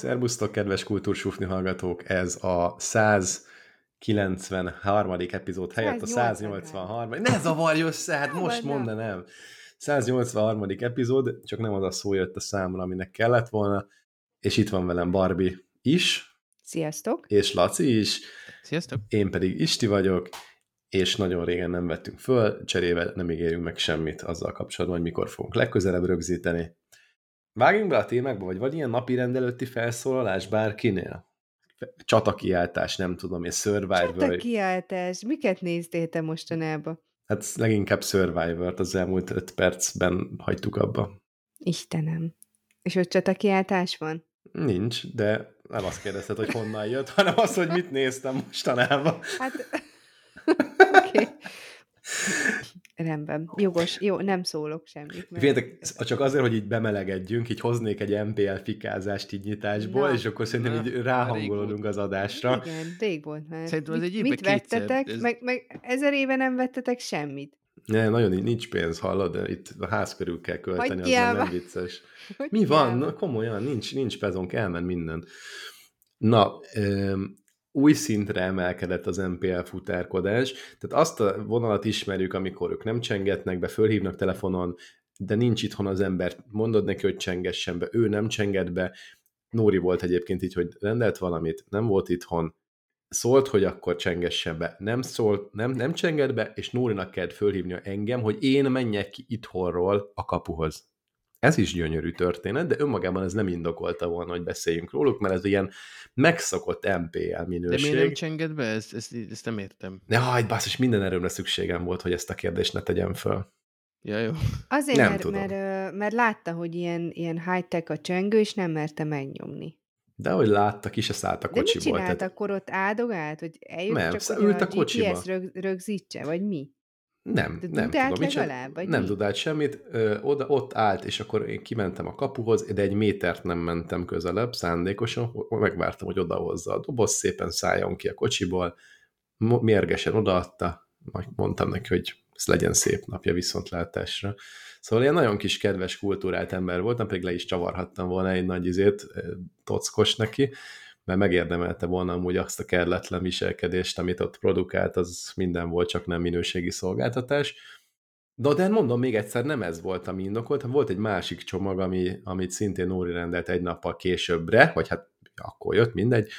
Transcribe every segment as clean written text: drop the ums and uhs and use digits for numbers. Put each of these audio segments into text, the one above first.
Szerbusztok, kedves kultúrsufni hallgatók! Ez a 193. epizód helyett a 183. Ne zavarj össze, hát most mondanám. 183. epizód, csak nem az a szó jött a számra, aminek kellett volna, és itt van velem Barbie is. Sziasztok! És Laci is. Sziasztok! Én pedig Isti vagyok, és nagyon régen nem vettünk föl, cserébe nem ígérjünk meg semmit azzal kapcsolatban, hogy mikor fogunk legközelebb rögzíteni. Vágjunk be a témákba, vagy ilyen napi rendelőtti felszólalás bárkinél? Csatakiáltás, nem tudom, és Survivor. Csatakiáltás, miket néztél te mostanában? Hát leginkább Survivor-t az elmúlt 5 percben hagytuk abba. Istenem. És ott csatakiáltás van? Nincs, de nem azt kérdezted, hogy honnan jött, hanem azt, hogy mit néztem mostanában. Hát, oké. Rendben. Jogos. Jó, nem szólok semmit. Féltek, csak azért, hogy így bemelegedjünk, így hoznék egy MPL fikázást így nyitásból, és akkor szerintem így ráhangolódunk az adásra. Igen, rég volt már. Szerintem az egy évben mit vettetek? Meg 1000 éve nem vettetek semmit. Ne, nagyon nincs pénz, hallod, de itt a ház körül kell költeni, Hagyjál, az nem vicces. Mi van? Na, komolyan, nincs pezonk, elmen minden. Na, új szintre emelkedett az MPL futárkodás, tehát azt a vonalat ismerjük, amikor ők nem csengetnek be, fölhívnak telefonon, de nincs itthon az ember, mondod neki, hogy csengessen be, ő nem csenget be. Nóri volt egyébként így, hogy rendelt valamit, nem volt itthon, szólt, hogy akkor csengessen be, nem szólt, nem csenged be, és Nórinak kellett fölhívnia engem, hogy én menjek ki itthonról a kapuhoz. Ez is gyönyörű történet, de önmagában ez nem indokolta volna, hogy beszéljünk róluk, mert ez ilyen megszokott MPL minőség. De miért nem csenged be? Ezt nem értem. Ne hagyd, basszus, minden erőmre szükségem volt, hogy ezt a kérdést ne tegyem föl. Ja, jó. Azért, mert látta, hogy ilyen high-tech a csengő, és nem merte megnyomni. De ahogy látta, ki se szállt a kocsiból. De mit csinált? Akkor ott áldogált? Hogy eljött nem, csak, ült a kocsiba. GPS rögzítse, vagy mi? Nem tudom. Legalább, vagy nem mi? tudált semmit, ott állt, és akkor én kimentem a kapuhoz, de egy métert nem mentem közelebb, szándékosan, megvártam, hogy odahozza a doboz, szépen szálljon ki a kocsiból, mérgesen odaadta, majd mondtam neki, hogy ez legyen szép napja viszontlátásra. Szóval ilyen nagyon kis kedves, kultúrált ember voltam, pedig le is csavarhattam volna egy nagy tockos neki, mert megérdemelte volna amúgy azt a kelletlen viselkedést, amit ott produkált, az minden volt, csak nem minőségi szolgáltatás. De mondom még egyszer, nem ez volt, ami indokolt, volt egy másik csomag, amit szintén Nóri rendelt egy nappal későbbre, vagy hát akkor jött, mindegy,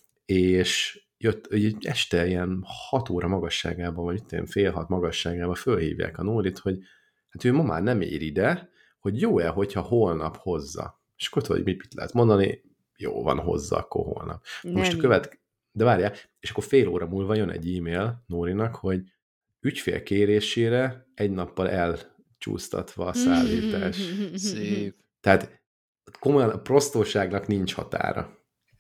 és jött este ilyen 6 óra magasságában, vagy fél 6 magasságában fölhívják a Nórit, hogy hát ő ma már nem ér ide, hogy jó-e, hogyha holnap hozza. És akkor tudod, hogy mit lehet mondani, jó van, hozza, akkor holnap. Most de várjál, és akkor fél óra múlva jön egy e-mail Nórinak, hogy ügyfél kérésére egy nappal elcsúsztatva a szállítás. Szép. Tehát komolyan a prostóságnak nincs határa.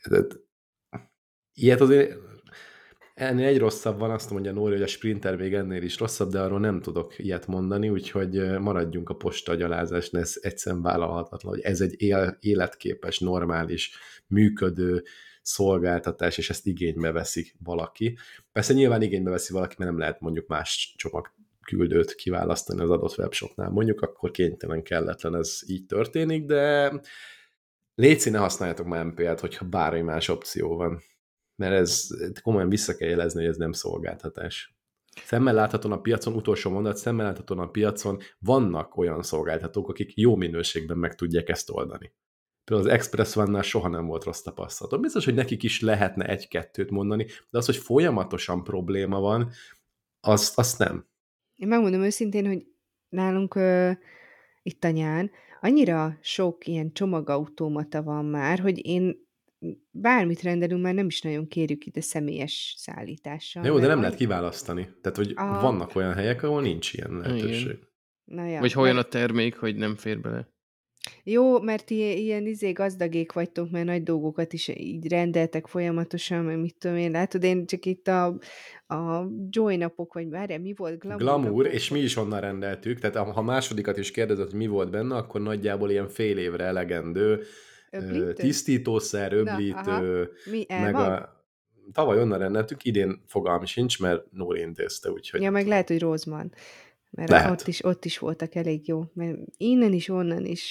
Ilyet azért ennél egy rosszabb van, azt mondja Nóri, hogy a Sprinter még ennél is rosszabb, de arról nem tudok ilyet mondani, úgyhogy maradjunk a postagyalázásnál, ez egyszerűen vállalhatatlan, hogy ez egy életképes, normális, működő szolgáltatás, és ezt igénybe veszi valaki. Persze nyilván igénybe veszi valaki, mert nem lehet mondjuk más csomagküldőt kiválasztani az adott webshopnál. Mondjuk akkor kénytelen, kelletlen ez így történik, de létszi, ne használjátok már MPL-t, hogyha bármi más opció van. Mert ez komolyan vissza kell jelezni, hogy ez nem szolgáltatás. Szemmel láthatóan a piacon, utolsó mondat, szemmel láthatóan a piacon vannak olyan szolgáltatók, akik jó minőségben meg tudják ezt oldani. Például az Express One-nál soha nem volt rossz tapasztalatom. Biztos, hogy nekik is lehetne egy-kettőt mondani, de az, hogy folyamatosan probléma van, azt nem. Én megmondom őszintén, hogy nálunk itt anyán annyira sok ilyen csomagautomata van már, hogy én bármit rendelünk, már nem is nagyon kérjük ide személyes szállítással. Jó, de nem lehet kiválasztani. Tehát, hogy vannak olyan helyek, ahol nincs ilyen lehetőség. Na ja, vagy olyan a termék, hogy nem fér bele. Jó, mert ilyen gazdagék vagytok, mert nagy dolgokat is így rendeltek folyamatosan, meg mit tudom én, látod, én csak itt a Joy napok, vagy várjál, mi volt? Glamour, és mi is onnan rendeltük, tehát ha másodikat is kérdezett, hogy mi volt benne, akkor nagyjából ilyen fél évre elegendő tisztítószer, öblítő, meg tavaly onnan rendeltük, idén fogalmi sincs, mert Nóri intézte, úgyhogy... Ja, meg lehet, hogy Roseman, mert ott is voltak elég jó, mert innen is, onnan is.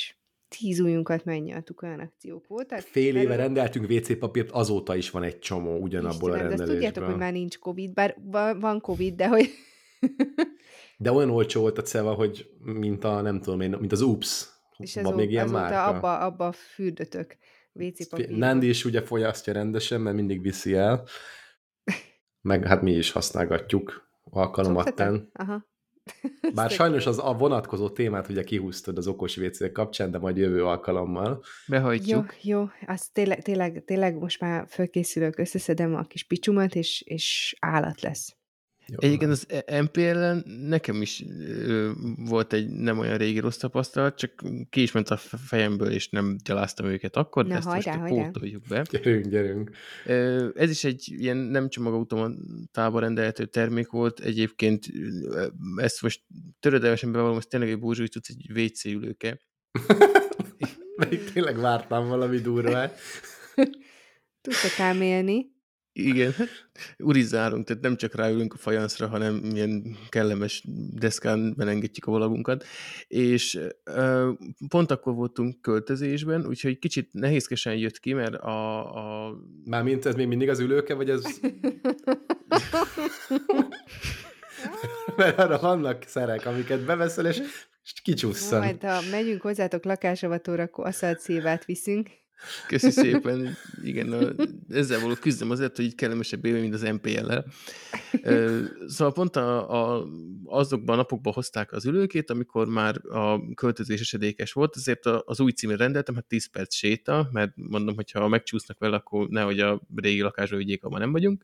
10 ujjunkat megnyaltuk, olyan akciók voltak. Fél éve Erről rendeltünk WC papírt, azóta is van egy csomó ugyanabból a Istenem, de azt tudjátok, hogy rendelésből. már nincs Covid, bár van Covid, de hogy... De olyan olcsó volt a ceva, hogy mint a, nem tudom én, mint az Oops. És Van még ilyen azóta márka? abba fürdötök WC papírba. Nándi is ugye fogyasztja rendesen, mert mindig viszi el. Meg hát mi is használgatjuk alkalomattán. Szoktatok? Aha. Bár sajnos a vonatkozó témát ugye kihúztad az okos WC kapcsán, de majd jövő alkalommal. Behajtjuk. Jó, azt tényleg most már fölkészülök, összeszedem a kis picsumat, és állat lesz. Jó, Egyébként az MPL-en nekem is volt egy nem olyan régi rossz tapasztalat, csak ki is ment a fejemből, és nem gyaláztam őket akkor, de Na, ezt hajrá, most hajrá. pótoljuk be. Gyerünk. Ez is egy ilyen nem csomagautomatában rendelhető termék volt. Egyébként ezt most töredelmesen bevallom, ez tényleg egy burzsúj tudsz, egy WC ülőke. Még tényleg vártam valami durvát. Tudtok ám élni. Igen, urizálunk, tehát nem csak ráülünk a fajanszra, hanem ilyen kellemes deszkán belengedjük a valagunkat, és pont akkor voltunk költözésben, úgyhogy kicsit nehézkesen jött ki, mert Mármint ez még mindig az ülőke, vagy ez... Mert arra vannak szerek, amiket beveszel, és kicsusszan. Majd ha megyünk hozzátok lakásavatóra, akkor aszalt szilvát viszünk. Köszi szépen, igen, ezzel való küzdöm azért, hogy így kellemesebb élmény, mint az MPL-lel. Szóval pont azokban a napokban hozták az ülőkét, amikor már a költözés esedékes volt, ezért az új címre rendeltem, hát 10 perc séta, mert mondom, hogy ha megcsúsznak vele, akkor nehogy a régi lakásba vigyék, ahol nem vagyunk.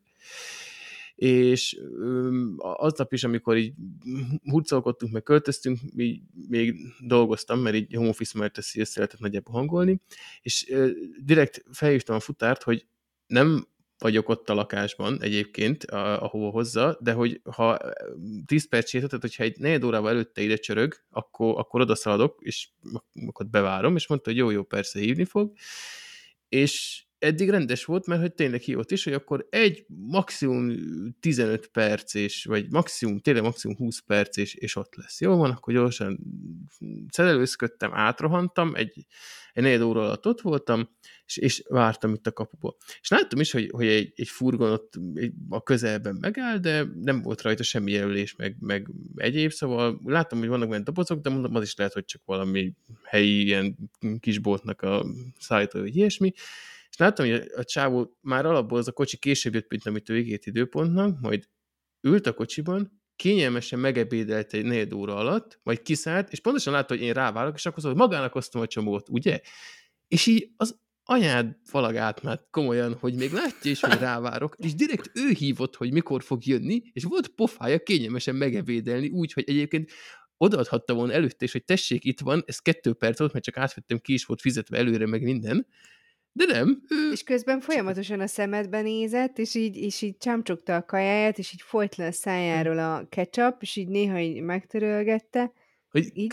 És aznap is, amikor így hurcolkodtunk, meg költöztünk, még dolgoztam, mert így home office mellett ezt szeretett nagyjából hangolni, és direkt felhívtam a futárt, hogy nem vagyok ott a lakásban egyébként, ahova hozza, de hogy ha 10 perc sétát, tehát hogyha egy 4 órával előtte ide csörög, akkor odaszaladok, és akkor bevárom, és mondta, hogy jó, persze hívni fog, és eddig rendes volt, mert hogy tényleg hívott is, hogy akkor egy maximum 15 perc, vagy tényleg maximum 20 perc, és ott lesz. Jó van, akkor gyorsan szerelőzködtem, átrohantam, egy 4 óra alatt ott voltam, és vártam itt a kapuba. És láttam is, hogy egy furgon ott a közelben megáll, de nem volt rajta semmi jelölés, meg egyéb, szóval láttam, hogy vannak benne dobozok, de mondom, az is lehet, hogy csak valami helyi ilyen kisboltnak a szállító, vagy ilyesmi. És láttam, hogy a csávó már alapból az a kocsi később jött, mint amit ő ígért időpontnak, majd ült a kocsiban, kényelmesen megebédelt egy 4 óra alatt, majd kiszállt, és pontosan látta, hogy én rávárok, és akkor szóval, hogy magának hoztam a csomót, ugye? És így az anyád falag átmárt komolyan, hogy még látja is, hogy rávárok, és direkt ő hívott, hogy mikor fog jönni, és volt pofája kényelmesen megebédelni, úgy, hogy egyébként odaadhatta volna előtte, és hogy tessék, itt van, ez 2 perc volt, mert csak átvettem, ki is volt fizetve előre, meg minden, de nem. És közben folyamatosan a szemedbe nézett, és így csámcsogta a kajáját, és így folyt le a szájáról a ketchup, és így néha így megtörölgette. Hogy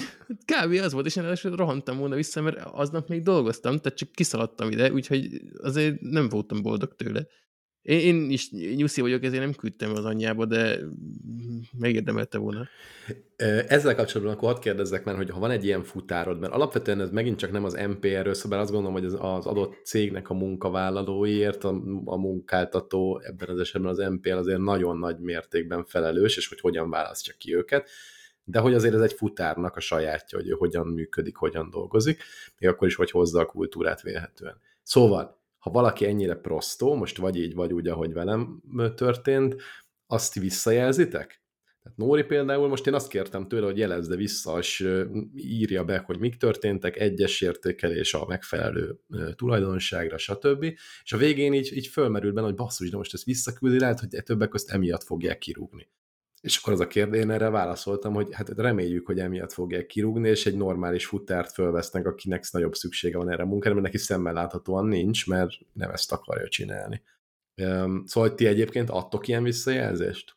kb. Az volt, és én rohantam volna vissza, mert aznap még dolgoztam, tehát csak kiszaladtam ide, úgyhogy azért nem voltam boldog tőle. Én is nyuszi vagyok, ezért nem küldtem az anyjába, de megérdemelte volna. Ezzel kapcsolatban akkor hadd kérdezzek már, hogy ha van egy ilyen futárod, mert alapvetően ez megint csak nem az MPR-ről, szóval azt gondolom, hogy az adott cégnek a munkavállalóiért a munkáltató, ebben az esetben az MPR azért nagyon nagy mértékben felelős, és hogy hogyan választja ki őket, de hogy azért ez egy futárnak a sajátja, hogy ő hogyan működik, hogyan dolgozik, még akkor is, hogy hozza a kultúrát vélhetően. Szóval, ha valaki ennyire prostó, most vagy így, vagy úgy, ahogy velem történt, azt visszajelzitek? Tehát Nóri például, most én azt kértem tőle, hogy jelezze vissza, és írja be, hogy mik történtek, egyes értékelés a megfelelő tulajdonságra, stb. És a végén így fölmerült benne, hogy basszus, de most ezt visszaküldi, lehet, hogy többek közt emiatt fogják kirúgni. És akkor az a kérdés, én erre válaszoltam, hogy hát reméljük, hogy emiatt fogják kirúgni, és egy normális futárt fölvesznek, akinek nagyobb szüksége van erre a munkára, mert neki szemmel láthatóan nincs, mert nem ezt akarja csinálni. Szóval ti egyébként adtok ilyen visszajelzést?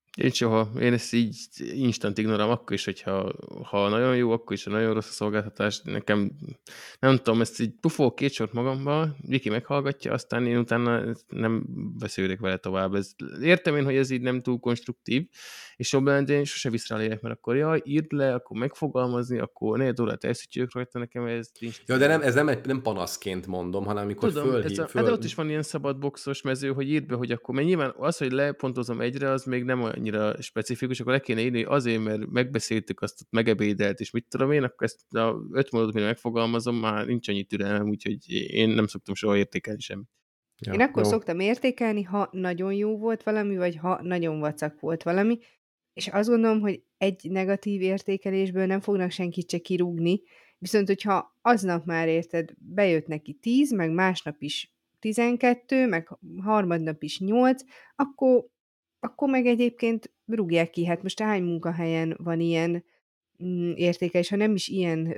Én ezt így instant ignorálom, akkor is, hogyha nagyon jó, akkor is, ha nagyon rossz a szolgáltatás. Nekem, nem tudom, ezt így pufol 2 sort magamba, Viki meghallgatja, aztán én utána nem beszélek vele tovább. Értem én, hogy ez így nem túl konstruktív, és jobb lenne, de én sose visszalélek, mert akkor jaj, írd le, akkor megfogalmazni, akkor 4 órát elszítjük rajta, nekem ez nincs. Ja, de nem, ez nem panaszként mondom, hanem amikor Tudom, de ott is van ilyen szabad boxos mező, hogy írd be, hogy akkor, mert nyilván az, hogy lepontozom egyre, az még nem annyira specifikus, akkor le kéne írni, hogy azért, mert megbeszéltük, azt megebédelt, és mit tudom én, akkor ezt a 5 mondatot, mire megfogalmazom, már nincs annyi türelmem, úgyhogy én nem szoktam soha értékelni semmit. Ja, Én akkor jó. szoktam értékelni, ha nagyon jó volt valami, vagy ha nagyon vacak volt valami, és azt gondolom, hogy egy negatív értékelésből nem fognak senkit se kirúgni, viszont hogyha aznap már érted, bejött neki 10, meg másnap is 12, meg harmadnap is 8, akkor meg egyébként rúgják ki. Hát most hány munkahelyen van ilyen értékelés, ha nem is ilyen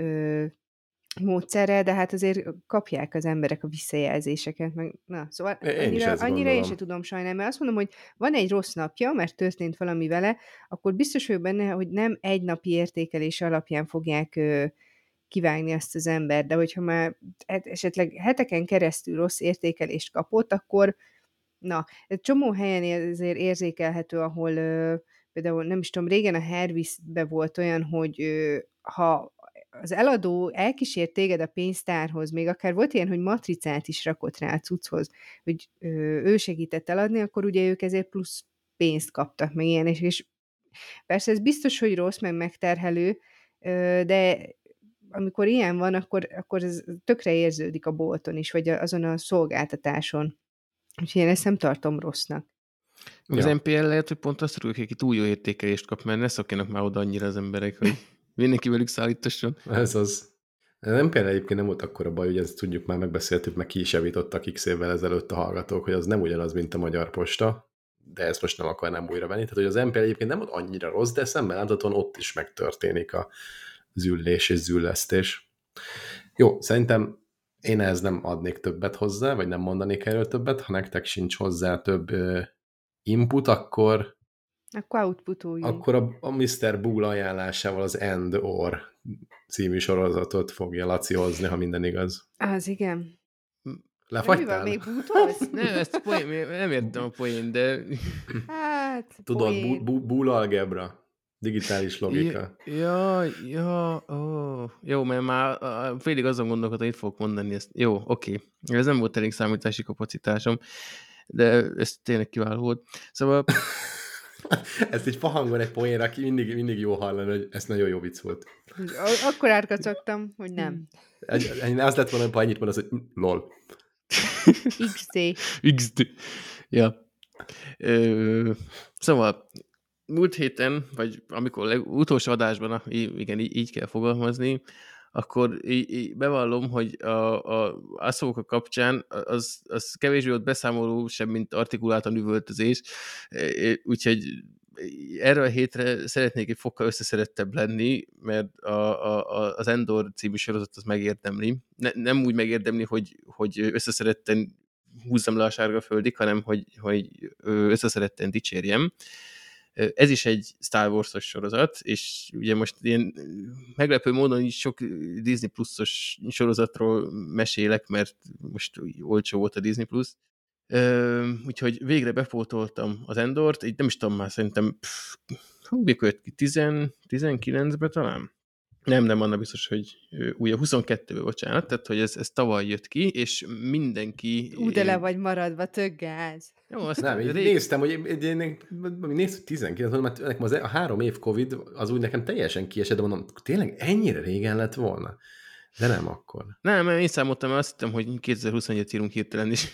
módszerrel, de hát azért kapják az emberek a visszajelzéseket, meg na, szóval Én is ezt annyira én gondolom. sem tudom sajnálni, mert azt mondom, hogy van egy rossz napja, mert történt valami vele, akkor biztos vagyok benne, hogy nem egy napi értékelés alapján fogják kivágni azt az embert, de hogyha már esetleg heteken keresztül rossz értékelést kapott, akkor na, egy csomó helyen azért érzékelhető, ahol például nem is tudom, régen a Hervisbe volt olyan, hogy ha az eladó elkísért téged a pénztárhoz, még akár volt ilyen, hogy matricát is rakott rá a cucchoz, hogy ő segített eladni, akkor ugye ők ezért plusz pénzt kaptak, meg ilyen, és persze ez biztos, hogy rossz, meg megterhelő, de amikor ilyen van, akkor ez tökre érződik a bolton is, vagy azon a szolgáltatáson. Úgyhogy én ezt nem tartom rossznak. Az Ja. NPL lehet, hogy pont azt rúgják, aki túl jó értékelést kap, mert ne szokjanak már oda annyira az emberek, hogy mindenki velük szállítasson. Ez az. Nem például egyébként nem volt akkora baj, hogy ezt tudjuk, már megbeszéltük, meg ki is javítottak x évvel ezelőtt a hallgatók, hogy az nem ugyanaz, mint a Magyar Posta, de ezt most nem akarnám újra venni. Tehát, hogy az MPL egyébként nem volt annyira rossz, de szemben láthatóan ott is megtörténik a züllés és züllesztés. Jó, szerintem én ehhez nem adnék többet hozzá, vagy nem mondanék erről többet, ha nektek sincs hozzá több input, akkor Outputoljunk. a Mr. Bull ajánlásával az End Or című sorozatot fogja Laci hozni, ha minden igaz. Az igen. Mi van, Lefagytál? még bútolsz? Nem, ezt nem értem a poén, de... Hát, Tudod, poén. Bull algebra, digitális logika. Jó, mert már félig azon gondolkodom, hogy itt fogok mondani ezt. Jó, oké. Ez nem volt elég számítási kapacitásom, de ez tényleg kiváló volt. Szóval... Ezt így fahangon egy poénra, mindig jó hallani, hogy ez nagyon jó vicc volt. Akkor árkacagtam, hogy nem. Az lett volna, ha annyit mondasz, hogy lol. XD. Ja. Szóval múlt héten, vagy amikor utolsó adásban, igen, így kell fogalmazni, akkor bevallom, hogy a Ahsoka kapcsán az kevésbé volt beszámoló sem, mint artikuláltan üvöltözés, úgyhogy erre a hétre szeretnék egy fokkal összeszerettebb lenni, mert az Endor című sorozat az megérdemli. Nem úgy megérdemli, hogy összeszeretten húzzam le a sárga földig, hanem hogy összeszeretten dicsérjem. Ez is egy Star Wars-os sorozat, és ugye most ilyen meglepő módon is sok Disney Plus-os sorozatról mesélek, mert most olcsó volt a Disney Plus. Úgyhogy végre bepótoltam az Endort, így nem is tudom már, szerintem mikor jött ki, 19-ben talán? Nem, annak biztos, hogy ugye 22-ben, bocsánat, tehát hogy ez tavaly jött ki, és mindenki... De le vagy maradva, tök gáz. Jó, nem, néztem, hogy néztem 19, mert nekem a 3 év Covid az úgy nekem teljesen kiesett, de mondom, tényleg ennyire régen lett volna? De nem akkor. Nem, én számoltam, mert azt hittem, hogy 2021-et írunk hirtelen is.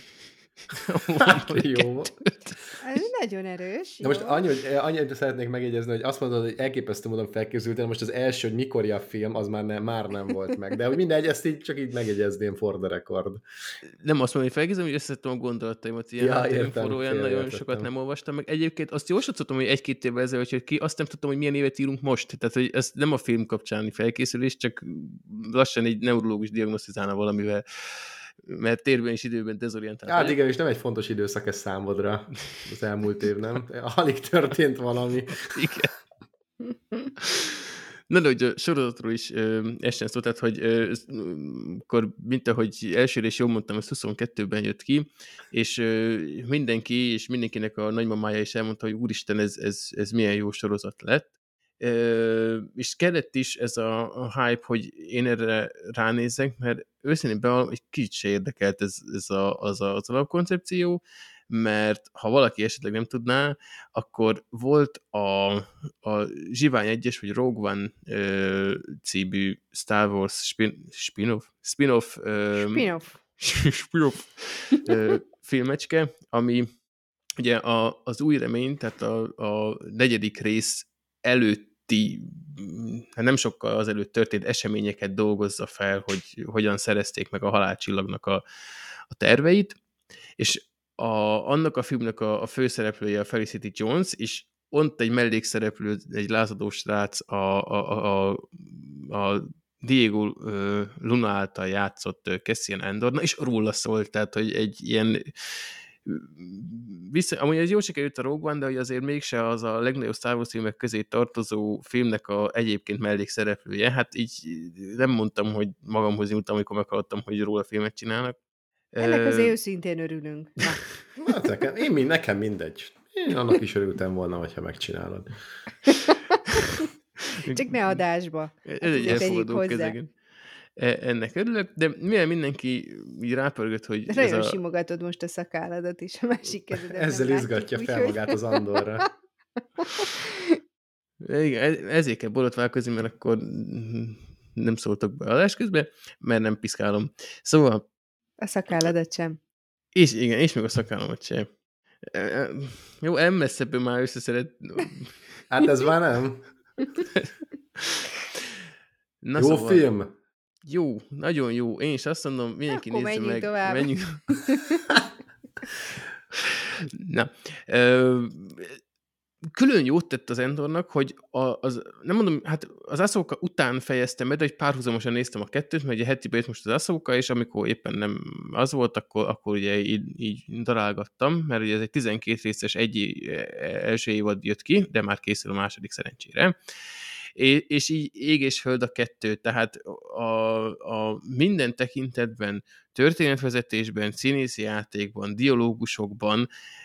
Jó volt. Ez nagyon erős. De most annyit szeretnék megjegyezni, hogy azt mondod, hogy elképesztő módon felkészültél, most az első, hogy mikorja a film, az már nem volt meg. De hogy mindegy, ezt így csak így megjegyezném for the record. Nem azt mondom, hogy felkészültem, hogy összettem a gondolataimat, ilyen értem, olyan nagyon sokat nem olvastam meg. Egyébként azt jól tudtam, hogy 1-2 évvel ezelőtt jött ki, azt nem tudtam, hogy milyen évet írunk most. Tehát, hogy ez nem a film kapcsáni felkészülés, csak lassan egy neurológus diagnosztizálna valamivel mert térben és időben dezorientált Hát vagyok. igen, és nem egy fontos időszak ez számodra az elmúlt év, nem? Alig történt valami. Igen. Na, de hogy a sorozatról is essen szó, tehát, hogy akkor, mint ahogy elsőre is jól mondtam, ez 22-ben jött ki, és mindenki, és mindenkinek a nagymamája is elmondta, hogy úristen, ez milyen jó sorozat lett. És kellett is ez a hype, hogy én erre ránézzek, mert őszintén bevallom, egy kicsit se érdekelt az alapkoncepció, mert ha valaki esetleg nem tudná, akkor volt a Zsivány 1-es, vagy Rogue One című Star Wars spin-off Spin-off. spin-off filmecske, ami ugye az új remény, tehát a negyedik rész előtti, hát nem sokkal azelőtt történt eseményeket dolgozza fel, hogy hogyan szerezték meg a halálcsillagnak a terveit, és annak a filmnek a főszereplője a Felicity Jones, és ott egy mellékszereplő, egy lázadó srác, a Diego Luna által játszott Cassian Andor, és róla szólt, tehát, hogy egy ilyen amúgy ez jól sikerült a Rogue One, de hogy azért mégse az a legnagyobb Star Wars filmek közé tartozó filmnek egyébként mellékszereplője. Hát így nem mondtam, hogy magamhoz nyúltam, amikor meghallottam, hogy róla filmet csinálnak. Ennek azért őszintén örülünk. Na, nekem mindegy. Én annak is örültem volna, hogyha megcsinálod. Csak ne adásba. Ez egy elfogadó közegen. Ennek örülök, de mivel mindenki így rápörgött, hogy... De nagyon simogatod most a szakálladat is, a másik kezedet. Ezzel izgatja fel magát az Andorra. Igen, ezért kell borotválkozni, mert akkor nem szóltok be adás közben, mert nem piszkálom. Szóval... A szakálladat sem. És igen, és még a szakállamat sem. Jó, messzebből már összeszeret... Hát ez már nem. Na, jó szóval, film. Jó, nagyon jó. Én is azt mondom, mindenki nézze meg. Tovább. Menjünk. Na. Külön jót tett az Endornak, hogy nem mondom, hát az Ahsoka után fejeztem be, de egy párhuzamosan néztem a kettőt, mert ugye hetibe jött most az Ahsoka, és amikor éppen nem az volt, akkor ugye így darálgattam, mert ugye ez egy 12 részes első évad jött ki, de már készül a második szerencsére. És így ég és föld a kettő, tehát a minden tekintetben, történetvezetésben, színészi játékban, dialógusokban,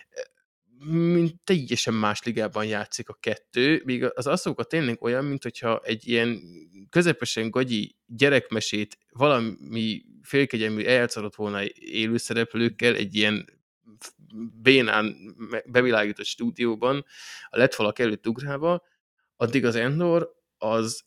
mint teljesen más ligában játszik a kettő, míg az Ahsoka tényleg olyan, mint hogyha egy ilyen közepesen gagyi gyerekmesét valami félkegyelmű eljátszadott volna élőszereplőkkel egy ilyen bénán bevilágított stúdióban, a LED-falak előtt ugrálva, addig az Endor azt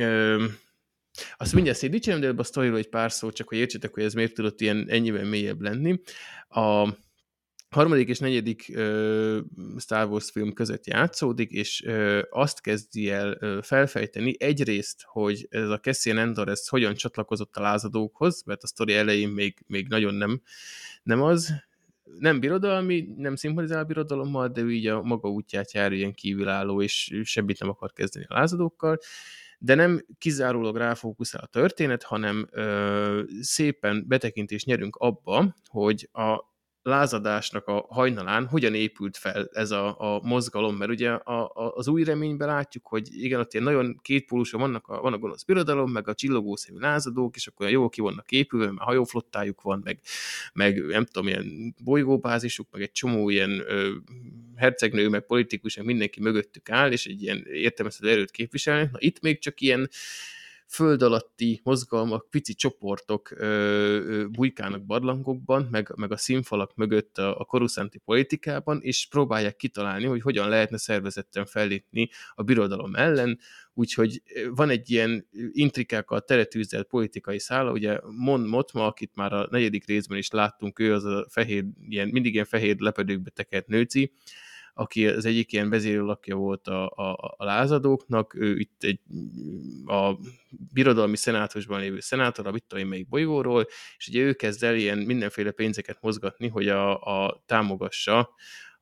mindjárt szédítsem, de előbb a sztoriról egy pár szó, csak hogy értsétek, hogy ez miért tudott ennyiben mélyebb lenni. A harmadik és negyedik Star Wars film között játszódik, és azt kezdi el felfejteni egyrészt, hogy ez a Cassian Andor ez hogyan csatlakozott a lázadókhoz, mert a sztori elején még nagyon nem az, nem birodalmi, nem szimpatizál a birodalommal, de ő így a maga útját jár ilyen kívülálló, és semmit nem akar kezdeni a lázadókkal, de nem kizárólag ráfókuszál a történet, hanem szépen betekintést nyerünk abba, hogy a lázadásnak a hajnalán hogyan épült fel ez a mozgalom, mert ugye az új reményben látjuk, hogy igen, ott ilyen nagyon kétpólusan van a gonosz birodalom, meg a csillogószemű lázadók, és akkor jól ki vannak épülve, mert hajóflottájuk van, meg nem tudom, ilyen bolygóbázisuk, meg egy csomó ilyen hercegnő, meg politikus, meg mindenki mögöttük áll, és egy ilyen értelmezhető erőt képviselnek. Na itt még csak ilyen föld alatti mozgalmak, pici csoportok bujkálnak barlangokban, meg a színfalak mögött a koruszanti politikában, és próbálják kitalálni, hogy hogyan lehetne szervezetten fellépni a birodalom ellen, úgyhogy van egy ilyen intrikákkal teretűzelt politikai szála, ugye Mon Mothma, akit már a negyedik részben is láttunk, ő az a fehér, mindig ilyen fehér lepedőkbe tekert nőci, aki az egyik ilyen vezérlakja volt a lázadóknak, ő itt a birodalmi szenátusban lévő szenátor, a vittai melyik bolygóról, és ugye ő kezd el ilyen mindenféle pénzeket mozgatni, hogy támogassa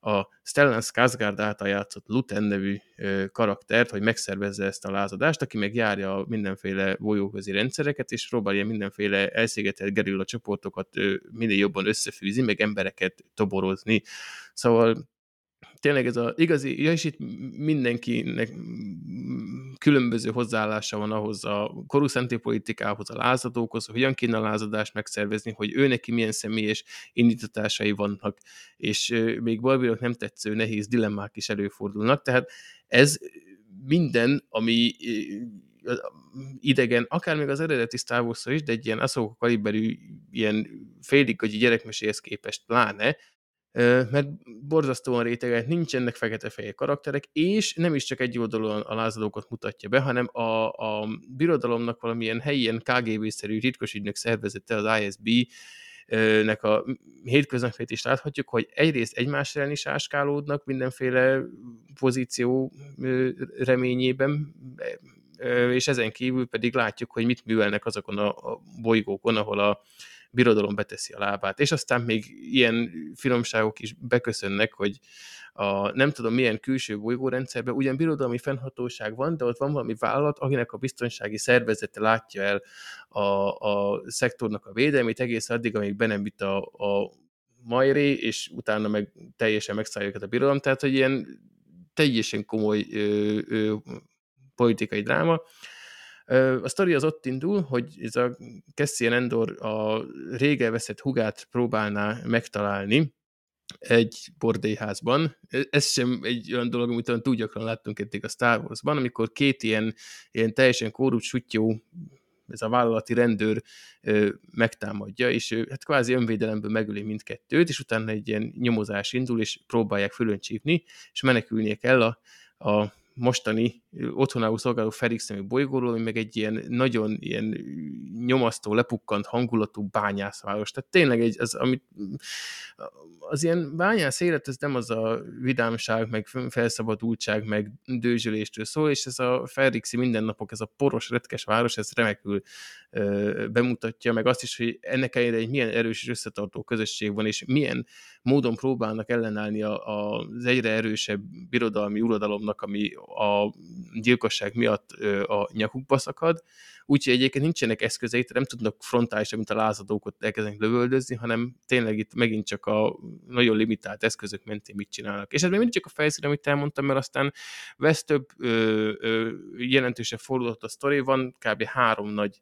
a Stellan Skarsgård által játszott Luten nevű karaktert, hogy megszervezze ezt a lázadást, aki meg járja mindenféle bolyóközi rendszereket, és próbálja mindenféle elszigetelt gerilla csoportokat minél jobban összefűzni, meg embereket toborozni. Szóval tényleg ez az igazi, és itt mindenkinek különböző hozzáállása van ahhoz a korúszánti politikához, a lázadókhoz, hogyan kéne a lázadást megszervezni, hogy ő neki milyen személyes indítatásai vannak, és még Barbie-nak nem tetsző nehéz dilemmák is előfordulnak, tehát ez minden, ami idegen, akár még az eredeti Star Wars is, de egy ilyen Ahsoka kaliberű, ilyen félig gagyi gyerekmeséhez képest pláne, mert borzasztóan rétegelt, nincsenek fekete-fehér karakterek, és nem is csak egy oldalon a lázadókat mutatja be, hanem a birodalomnak valamilyen helyi ilyen KGB-szerű titkosügynök szervezete, az ISB-nek a hétköznapjait is láthatjuk, hogy egyrészt egymás ellen is áskálódnak mindenféle pozíció reményében, és ezen kívül pedig látjuk, hogy mit művelnek azokon a bolygókon, ahol a birodalom beteszi a lábát. És aztán még ilyen finomságok is beköszönnek, hogy nem tudom milyen külső bolygórendszerben ugyan birodalmi fennhatóság van, de ott van valami vállalat, akinek a biztonsági szervezete látja el a szektornak a védelmét egész addig, amíg be nem vitt a majré, és utána meg teljesen megszállja őket a birodalom. Tehát, hogy ilyen teljesen komoly politikai dráma. A sztori az ott indul, hogy ez a Cassian Andor a rég elveszett hugát próbálná megtalálni egy bordélyházban. Ez sem egy olyan dolog, amit olyan túl gyakran láttunk eddig a Star Wars-ban, amikor két ilyen teljesen korrupt suttyó, ez a vállalati rendőr megtámadja, és hát kvázi önvédelemből megöli mindkettőt, és utána egy ilyen nyomozás indul, és próbálják fölöncsípni, és menekülnie kell a mostani otthonául szolgáló Ferrix nevű bolygóról, ami meg egy ilyen nagyon ilyen nyomasztó, lepukkant hangulatú bányászváros. Tehát tényleg az ilyen bányász élet, ez nem az a vidámság, meg felszabadultság, meg dőzsüléstől szól, és ez a Ferrixi mindennapok, ez a poros, retkes város, ez remekül bemutatja, meg azt is, hogy ennek ellenére egy milyen erős és összetartó közösség van, és milyen módon próbálnak ellenállni az egyre erősebb birodalmi uradalomnak, ami a gyilkosság miatt a nyakukba szakad. Úgyhogy egyébként nincsenek eszközeik, nem tudnak frontálisan, mint a lázadókat elkezdenek lövöldözni, hanem tényleg itt megint csak a nagyon limitált eszközök mentén mit csinálnak. És ez még mindig csak a felszín, amit elmondtam, mert aztán vesz több jelentősebb fordulat a sztori, van kb. 3 nagy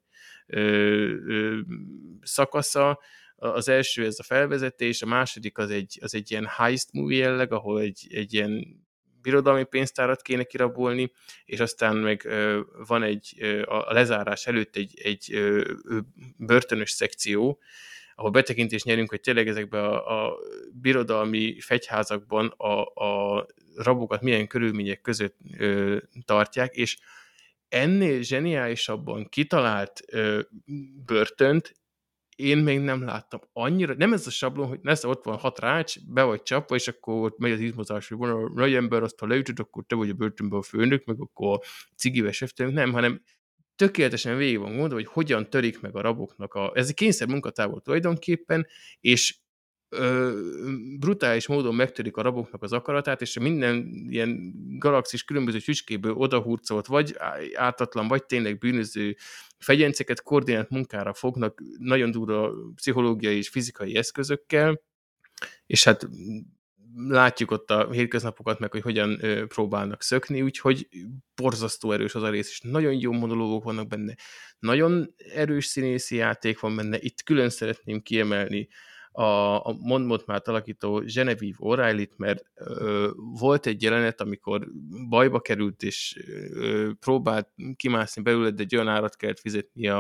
szakasza. Az első ez a felvezetés, a második az egy ilyen heist movie jelleg, ahol egy ilyen birodalmi pénztárat kéne kirabolni, és aztán meg van a lezárás előtt egy börtönös szekció, ahol betekintést nyerünk, hogy tényleg ezekben a birodalmi fegyházakban a rabokat milyen körülmények között tartják, és ennél zseniálisabban kitalált börtönt én még nem láttam. Annyira, nem ez a sablon, hogy lesz, ott van 6 rács, be vagy csapva, és akkor ott megy az izmozás, hogy van a nagy ember, azt ha leütöd, akkor te vagy a börtönben a főnök, meg akkor cigivel seftelünk, nem, hanem tökéletesen végig van gondolva, hogy hogyan törik meg a raboknak ez egy kényszer munkatábor tulajdonképpen, és brutális módon megtörik a raboknak az akaratát, és minden ilyen galaxis különböző tüskéből odahurcolt, vagy ártatlan, vagy tényleg bűnöző fegyenceket koordinált munkára fognak nagyon durva pszichológiai és fizikai eszközökkel, és hát látjuk ott a hétköznapokat meg, hogy hogyan próbálnak szökni, úgyhogy borzasztó erős az a rész, és nagyon jó monológok vannak benne, nagyon erős színészi játék van benne, itt külön szeretném kiemelni a Mon Mothmát alakító Genevieve O'Reillyt, mert volt egy jelenet, amikor bajba került, és próbált kimászni belőle, de egy olyan árat kellett fizetnie,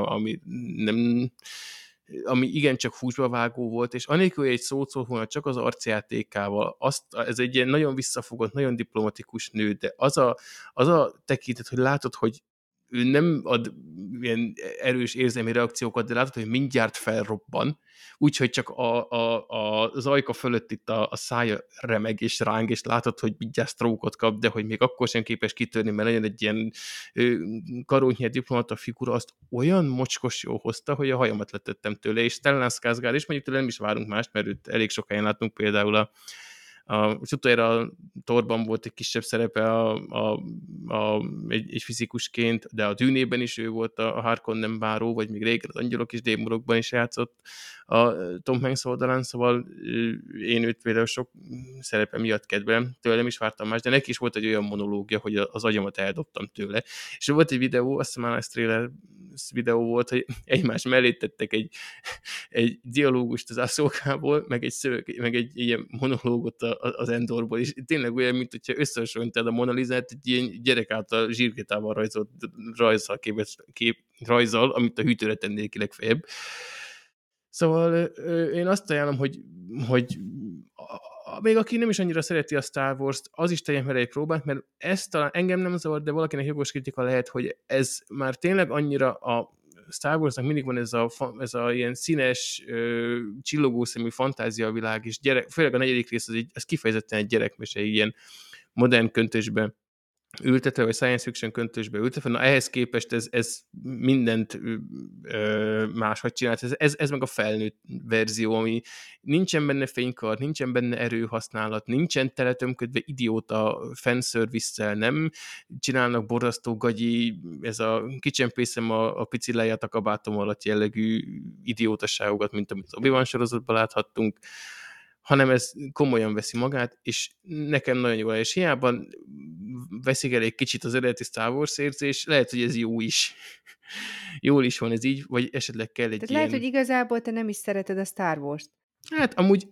ami igencsak húsba vágó volt, és anélkül, hogy egy szót szólt volna csak az arcjátékával, ez egy ilyen nagyon visszafogott, nagyon diplomatikus nő, de az a tekintet, hogy látod, hogy ő nem ad ilyen erős érzelmi reakciókat, de látod, hogy mindjárt felrobban, úgyhogy csak az ajka fölött itt a szája remeg és ráng, és látod, hogy mindjárt sztrókot kap, de hogy még akkor sem képes kitörni, mert legyen egy ilyen karónyhely diplomata figura, azt olyan mocskos jó hozta, hogy a hajamat letettem tőle, és Stellan Skarsgård is, mondjuk tőle nem is várunk mást, mert őt elég sokáig látunk például és utoljára a Thorban volt egy kisebb szerepe egy fizikusként, de a Dűnében is ő volt a Harkonnen báró, vagy még régen az Angyalok és Démonokban is játszott a Tom Hanks oldalán, szóval én őt például sok szerepe miatt kedvelem, tőlem is vártam más, de neki is volt egy olyan monológia, hogy az agyamat eldobtam tőle. És volt egy videó, azt hiszem már trailer videó volt, hogy egymás mellé tettek egy dialógust az Ahsokából, meg egy ilyen monológot az Endorból, és tényleg olyan, mint hogyha összehasonlítanád a Mona Lisát egy ilyen gyerek által zsírkrétával rajzolt rajzzal, amit a hűtőre tennék ki legfeljebb. Szóval én azt ajánlom, hogy még aki nem is annyira szereti a Star Wars-t, az is tegyen vele egy próbát, mert ez talán engem nem zavar, de valakinek jogos kritika lehet, hogy ez már tényleg annyira a Star Wars-nak mindig van ez a ilyen színes, csillogószemű fantáziavilág, és főleg a 4. rész az kifejezetten egy gyerekmese, ilyen modern köntösben ültetve, vagy science fiction köntösbe ültetve, na ehhez képest ez mindent máshogy csinált. Ez meg a felnőtt verzió, ami nincsen benne fénykard, nincsen benne erőhasználat, nincsen teletömködve idióta fanservice-szel, nem csinálnak borzasztó gagyi, ez a kicsempészem a pici leját a kabátom alatt jellegű idiótaságokat, mint amit az Obi-Wan sorozatban láthattunk, hanem ez komolyan veszi magát, és nekem nagyon jól, és hiába veszik el egy kicsit az eredeti Star Wars érzés, lehet, hogy ez jó is. Jól is van ez így, vagy esetleg kell egy Tehát ilyen... lehet, hogy igazából te nem is szereted a Star Wars-t. Hát amúgy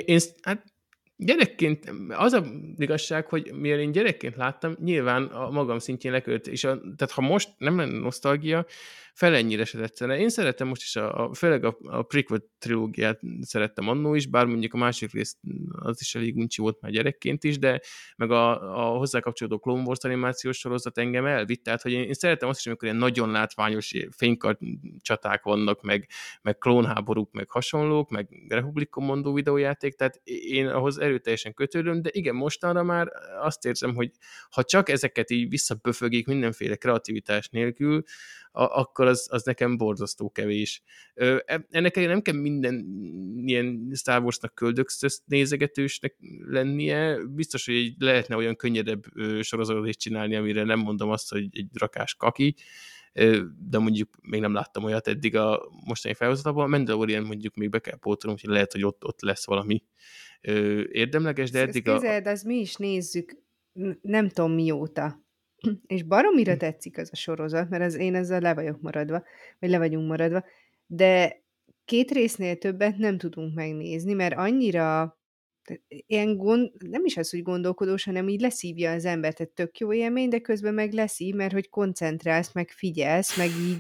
gyerekként, az a igazság, hogy mivel én gyerekként láttam, nyilván a magam szintjén lekölt, és tehát ha most nem lenne nosztalgia, fel ennyire se tetszene. Én szerettem most is, főleg a prequel trilógiát szerettem annó is, bár mondjuk a másik rész az is elég uncsi volt már gyerekként is, de meg a hozzá kapcsolódó Clone Wars animációs sorozat engem elvitt, tehát hogy én szerettem azt is, amikor ilyen nagyon látványos fénykard csaták vannak, meg klónháborúk, meg hasonlók, meg Republic Commando videójáték, tehát én ahhoz erőteljesen kötődöm, de igen, mostanra már azt érzem, hogy ha csak ezeket így visszaböfögik mindenféle kreativitás nélkül, akkor az nekem borzasztó kevés. Ennek nem kell minden ilyen Star Wars-nak köldökszözt nézegetősnek lennie, biztos, hogy lehetne olyan könnyedebb sorozatot is csinálni, amire nem mondom azt, hogy egy rakás kaki, de mondjuk még nem láttam olyat eddig a mostani felhozatban. A Mandalorian mondjuk még be kell pótolnom, hogy lehet, hogy ott lesz valami érdemleges, de eddig Képzeld, az mi is nézzük, nem tudom mióta. És baromira tetszik az a sorozat, mert én ezzel le vagyok maradva, vagy le vagyunk maradva, de 2 résznél többet nem tudunk megnézni, mert annyira ilyen nem is az, hogy gondolkodós, hanem így leszívja az embert, tehát tök jó élmény, de közben meg leszív, mert hogy koncentrálsz, meg figyelsz, meg így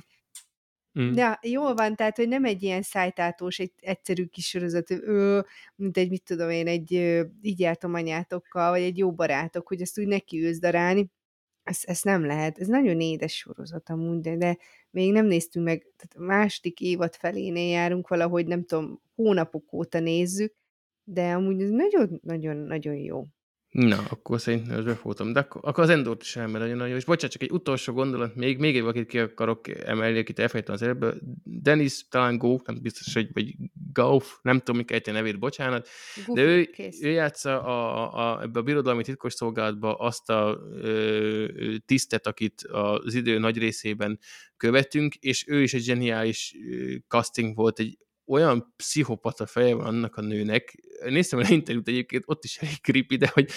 de jól van, tehát, hogy nem egy ilyen szájtátós, egy egyszerű kis sorozat, mint egy, mit tudom én, egy így jártam anyátokkal, vagy egy jó barátok, hogy ezt úgy nekiülsz darálni. Ezt nem lehet. Ez nagyon édes sorozat amúgy, de még nem néztünk meg, tehát a második évad felénél járunk valahogy, nem tudom, hónapok óta nézzük, de amúgy ez nagyon-nagyon jó. Na, akkor szerintem ezt befogtam. De akkor az Endort is elmer nagyon jó. És bocsánat, csak egy utolsó gondolat, még egy valakit ki akarok emelni, akit elfelejtem az előbb. Dennis, talán Goff, nem biztos, hogy vagy Goff, nem tudom, mi kell nevét, bocsánat. De ő játsza ebbe a birodalmi titkos szolgálatba azt a tisztet, akit az idő nagy részében követünk, és ő is egy zseniális casting volt, egy olyan pszichopata feje van annak a nőnek. Néztem el interjút egyébként, ott is elég creepy, de hogy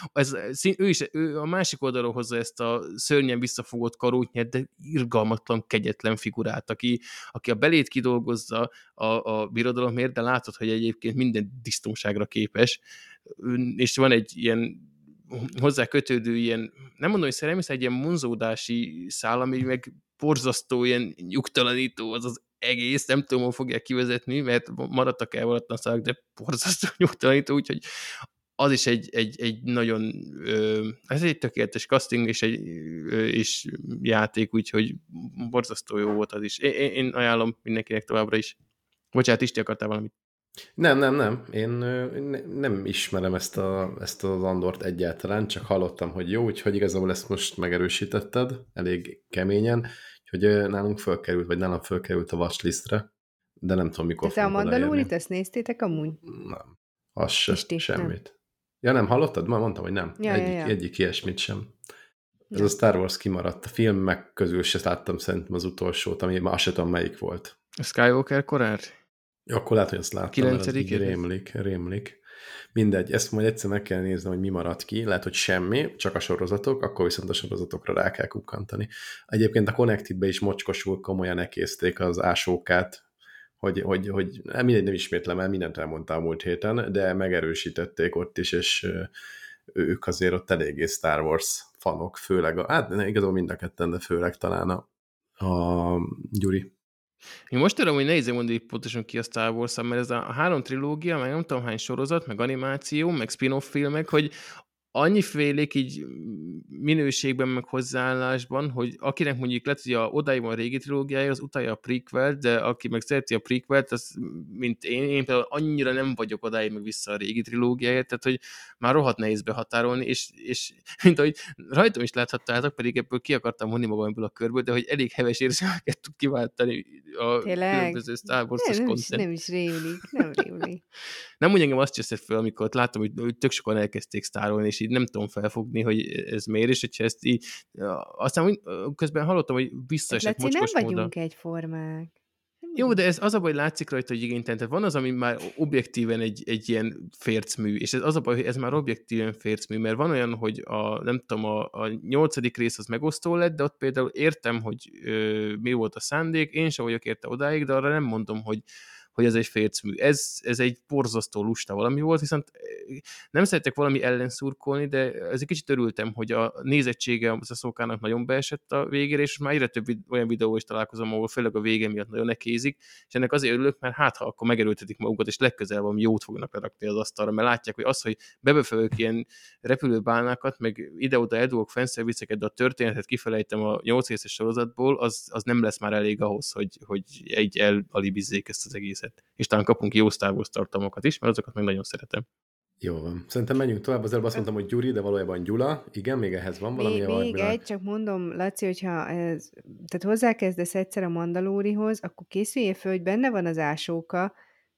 ő a másik oldalról hozza ezt a szörnyen visszafogott karótnyát, de irgalmatlan, kegyetlen figurát, aki a belét kidolgozza a birodalomért, de látod, hogy egyébként minden disztóságra képes, és van egy ilyen hozzá kötődő ilyen, nem mondom, hogy szerelmi, egy ilyen vonzódási szál, ami meg borzasztó, ilyen nyugtalanító az egész, nem tudom, hol fogják kivezetni, mert maradtak elvaratlan szálak, de borzasztó nyugtalanító, úgyhogy az is egy nagyon, ez egy tökéletes casting és játék, úgyhogy borzasztó jó volt az is. Én ajánlom mindenkinek továbbra is. Bocsánat, Isti, akartál valamit? Nem. Én nem ismerem ezt az Andort egyáltalán, csak hallottam, hogy jó, úgyhogy igazából ezt most megerősítetted, elég keményen, úgyhogy nálunk fölkerült, vagy nálam fölkerült a watchlistre, de nem tudom, mikor fogunk odaérni. De te a Mandalórit, ezt néztétek amúgy? Nem. Az se, semmit. Ja, nem hallottad? Már mondtam, hogy nem. Ja. Egyik ilyesmit sem. Ez Na. a Star Wars kimaradt. A filmek közül se láttam szerintem az utolsót, ami már se tudom melyik volt. A Skywalker korár? Ja, akkor lehet, hogy azt láttam, mert az így 9. rémlik. Mindegy, ezt majd egyszer meg kell nézni, hogy mi maradt ki. Lehet, hogy semmi, csak a sorozatok, akkor viszont a sorozatokra rá kell kukkantani. Egyébként a Connected-be is mocskosul komolyan ekészték az ásókát, hogy mindegy, nem ismétlem el, mindent elmondtam a múlt héten, de megerősítették ott is, és ők azért ott eléggé Star Wars fanok, főleg, hát igazából mind a ketten, de főleg talán a Gyuri. Én most tudom, hogy nehéz mondani pontosan ki a Star Wars, mert ez a 3 trilógia, meg nem tudom hány sorozat, meg animáció, meg spin-off filmek, hogy annyifélék így minőségben, meg hozzáállásban, hogy akinek mondjuk lett, hogy odáig van a régi trilógiája, az utálja a prequelt, de aki meg szereti a prequelt, az, mint én például annyira nem vagyok odáig meg vissza a régi trilógiáját, tehát hogy már rohadt nehéz behatárolni, és mint ahogy rajtam is láthattátok, pedig ebből ki akartam vonni magam ebből a körből, de hogy elég heves érzelmeket tud kiváltani a különböző Star Wars-os content. Nem is rémlik. Nem úgy engem azt cseszett fel, amikor láttam, hogy tök sokan elkezdték sztárolni, és így nem tudom felfogni, hogy ez miért, és hogyha ezt így... Aztán közben hallottam, hogy visszaesett mocskos nem módon. vagyunk egyformák. Jó, de ez az a baj, hogy látszik rajta, hogy igénytelen. Tehát van az, ami már objektíven egy ilyen fércmű, és ez az a baj, hogy ez már objektíven fércmű, mert van olyan, hogy nem tudom, a 8. rész az megosztó lett, de ott például értem, hogy mi volt a szándék, én sem vagyok érte odáig, de arra nem mondom, hogy ez egy fércmű. Ez egy borzasztó lusta valami volt, viszont nem szeretek valami ellen szurkolni, de ez egy kicsit örültem, hogy a nézettsége az Ahsokának nagyon beesett a végére, és már egyre több olyan videó is találkozom, ahol főleg a vége miatt nagyon nekézik, és ennek azért örülök, mert hát ha akkor megerőltetik magukat, és legközelebb valami jót fognak lerakni az asztalra, mert látják, hogy az, hogy bebefölök ilyen repülőbálnákat, meg ide-oda eldugok fanszerviceket, de a történetet kifelejtem a 8 részes sorozatból, az nem lesz már elég ahhoz, hogy egy elalibizzék ezt az egészet. És talán kapunk jó Star Wars tartalmakat is, mert azokat meg nagyon szeretem. Jó van. Szerintem menjünk tovább. Az előbb azt mondtam, hogy Gyuri, de valójában Gyula. Igen, még ehhez van valami? Még egy, csak mondom, Laci, hogyha tehát hozzákezdesz egyszer a Mandalórihoz, akkor készüljél föl, hogy benne van az ásóka.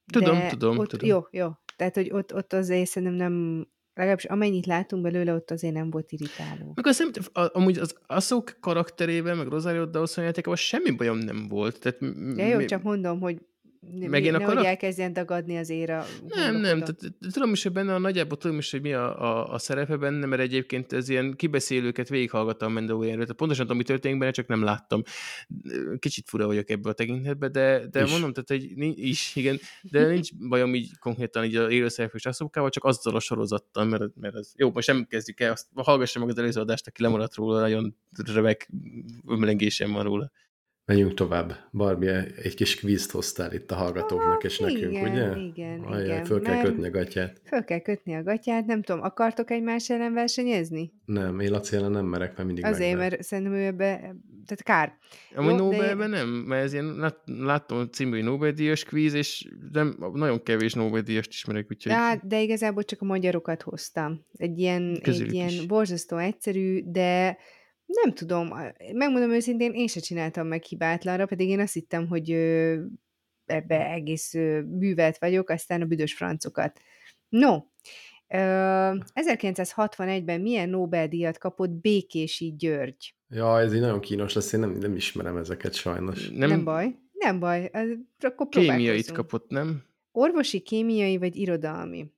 Tudom. Jó. Tehát, hogy ott azért szerintem nem, legalábbis amennyit látunk belőle, ott azért nem volt irritáló. Meg azt amúgy az Ahsoka karakterével, meg Rosario Dawson játékával semmi bajom nem volt. Tehát jó, csak mondom, hogy nehogy elkezdjen dagadni az éra. Nem, tehát tudom is, hogy benne nagyjából tudom is, hogy mi a szerepe benne, mert egyébként ez ilyen kibeszélőket végighallgattam Mandalorianről, tehát pontosan tudom, mi történik benne, csak nem láttam. Kicsit fura vagyok ebből a tekintetben, de mondom, tehát hogy igen, de nincs bajom így konkrétan így a élőszereplős Ahsokával, csak azzal a sorozattal, mert ez jó, most nem kezdjük el, azt hallgassa meg az előző adást, aki lemaradt róla, nagyon remek ömlengésem van róla. Menjünk tovább. Barbie, egy kis kvízt hoztál itt a hallgatóknak, és nekünk, ugye? Igen. Föl kell kötni a gatyát. Föl kell kötni a gatyát, nem tudom, akartok egymás ellen versenyezni? Nem, én Laci ellen nem merek, mert mindig azért, mert szerintem ő ebbe, tehát kár. Amúgy Nobelben nem, mert ez ilyen, láttam a című, hogy Nobel-díjas kvíz, és nem, nagyon kevés Nobel-díjast ismerek, úgyhogy... De igazából csak a magyarokat hoztam. Egy ilyen borzasztó egyszerű, de nem tudom, megmondom őszintén, én se csináltam meg hibátlanra, pedig én azt hittem, hogy ebbe egész művelt vagyok, aztán a büdös francokat. No, 1961-ben milyen Nobel-díjat kapott Békési György? Ja, ez így nagyon kínos lesz, én nem ismerem ezeket sajnos. Nem baj. Akkor kémiait kapott, nem? Orvosi, kémiai vagy irodalmi?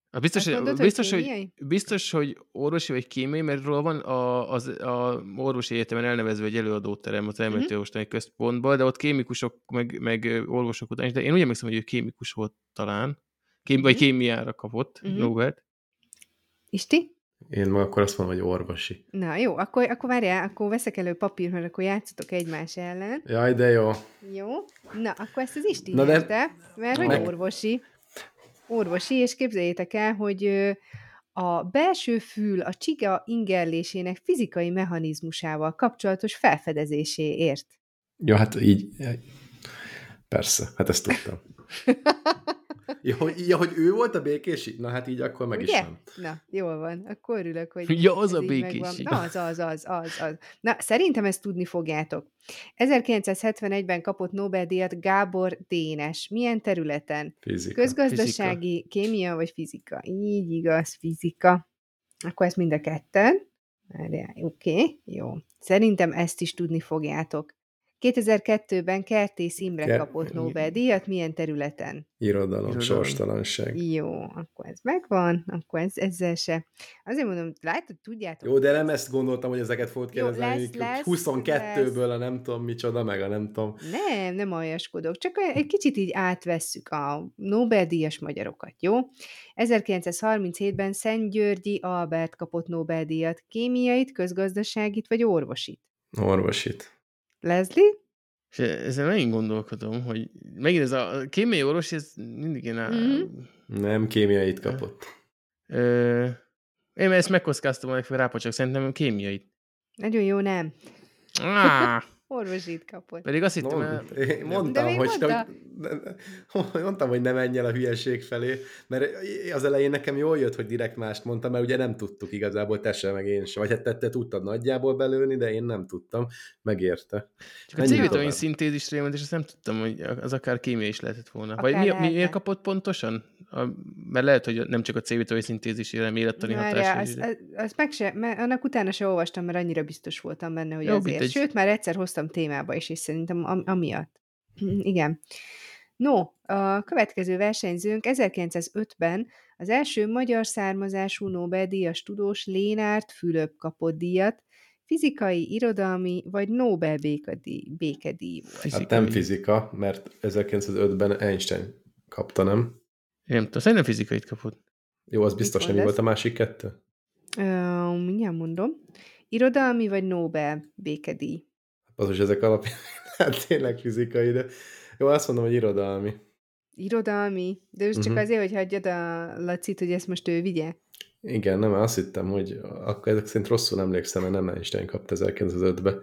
Biztos, hogy orvosi vagy kémiai, mert róla van az orvosi egyetemen elnevezve egy előadóterem az Elméleti Központban, de ott kémikusok, meg orvosok után is, de én úgy emlékszem, hogy ő kémikus volt talán, vagy kémiára kapott Nobelt. Isti? Én meg akkor azt mondom, hogy orvosi. Na jó, akkor várjál, akkor veszek elő papírt, mert akkor játszotok egymás ellen. Jaj, de jó. Jó, na akkor ezt az Isti nyerte, mert hogy orvosi. Orvosi, és képzeljétek el, hogy a belső fül a csiga ingerlésének fizikai mechanizmusával kapcsolatos felfedezéséért. Ja, hát így... Persze, hát ezt tudtam. Ja, hogy ő volt a békési? Na hát így akkor meg is Ugye? van. Na, jól van. Akkor örülök, hogy Ja, az ez a így megvan. békési. Na, az. Na, szerintem ezt tudni fogjátok. 1971-ben kapott Nobel-díjat Gábor Dénes. Milyen területen? Fizika. Közgazdasági, kémia vagy fizika? Így igaz, fizika. Akkor ezt mind a ketten. Oké, jó. Szerintem ezt is tudni fogjátok. 2002-ben Kertész Imre kapott Nobel-díjat. Milyen területen? Irodalom, sorstalanság. Jó, akkor ez megvan, akkor ezzel se. Azért mondom, látod, tudjátok. Jó, de nem ezt gondoltam, hogy ezeket fogod Jó, kérdezni. lesz, 22-ből a nem tudom micsoda, meg a nem tudom. Nem aljaskodok, csak egy kicsit így átvesszük a Nobel-díjas magyarokat, jó? 1937-ben Szent-Györgyi Albert kapott Nobel-díjat. Kémiait, közgazdaságit vagy orvosit? Orvosit. Leslie? És ezzel megint gondolkodom, hogy megint ez a kémiai orvos, ez mindig én... Nem, kémiait kapott. Én ezt megkockáztam volna, hogy rápacsak, szerintem kémiait. Nagyon jó, nem. Orvosit kapott. Pedig azt hittem, én mondtam, hogy ne menj el a hülyeség felé, mert az elején nekem jól jött, hogy direkt mást mondtam, mert ugye nem tudtuk igazából, te sem, meg én sem. Vagy hát te tudtad nagyjából belőni, de én nem tudtam. Megérte. Csak a C-vitamin szintézisre jön, és azt nem tudtam, hogy az akár kémia is lehetett volna. Vagy miért kapott pontosan? Mert lehet, hogy nem csak a C-vitamin szintézisére, hanem élettani hatásra. Annak utána se olvastam, mert annyira biztos voltam benne, hogy azért. Sőt, már egyszer hoztam témába is, és szerintem amiatt. Igen. No, a következő versenyzőnk 1905-ben az első magyar származású Nobel-díjas tudós Lénárt Fülöp kapott díjat, fizikai, irodalmi vagy Nobel békedíj volt. Hát nem fizika, mert 1905-ben Einstein kapta, nem? Nem tudom, szerintem fizikait kapott. Jó, az biztos, nem volt a másik kettő? Mindjárt mondom. Irodalmi vagy Nobel békedíj? Az, hogy ezek alapján hát tényleg fizikai, de jó, azt mondom, hogy irodalmi. Irodalmi? De ez csak azért, hogy hagyjad a Lacit, hogy ezt most ő vigye? Igen, nem, azt hittem, hogy akkor ezek szerint rosszul emlékszem, mert nem Einstein kapta 1905-ben.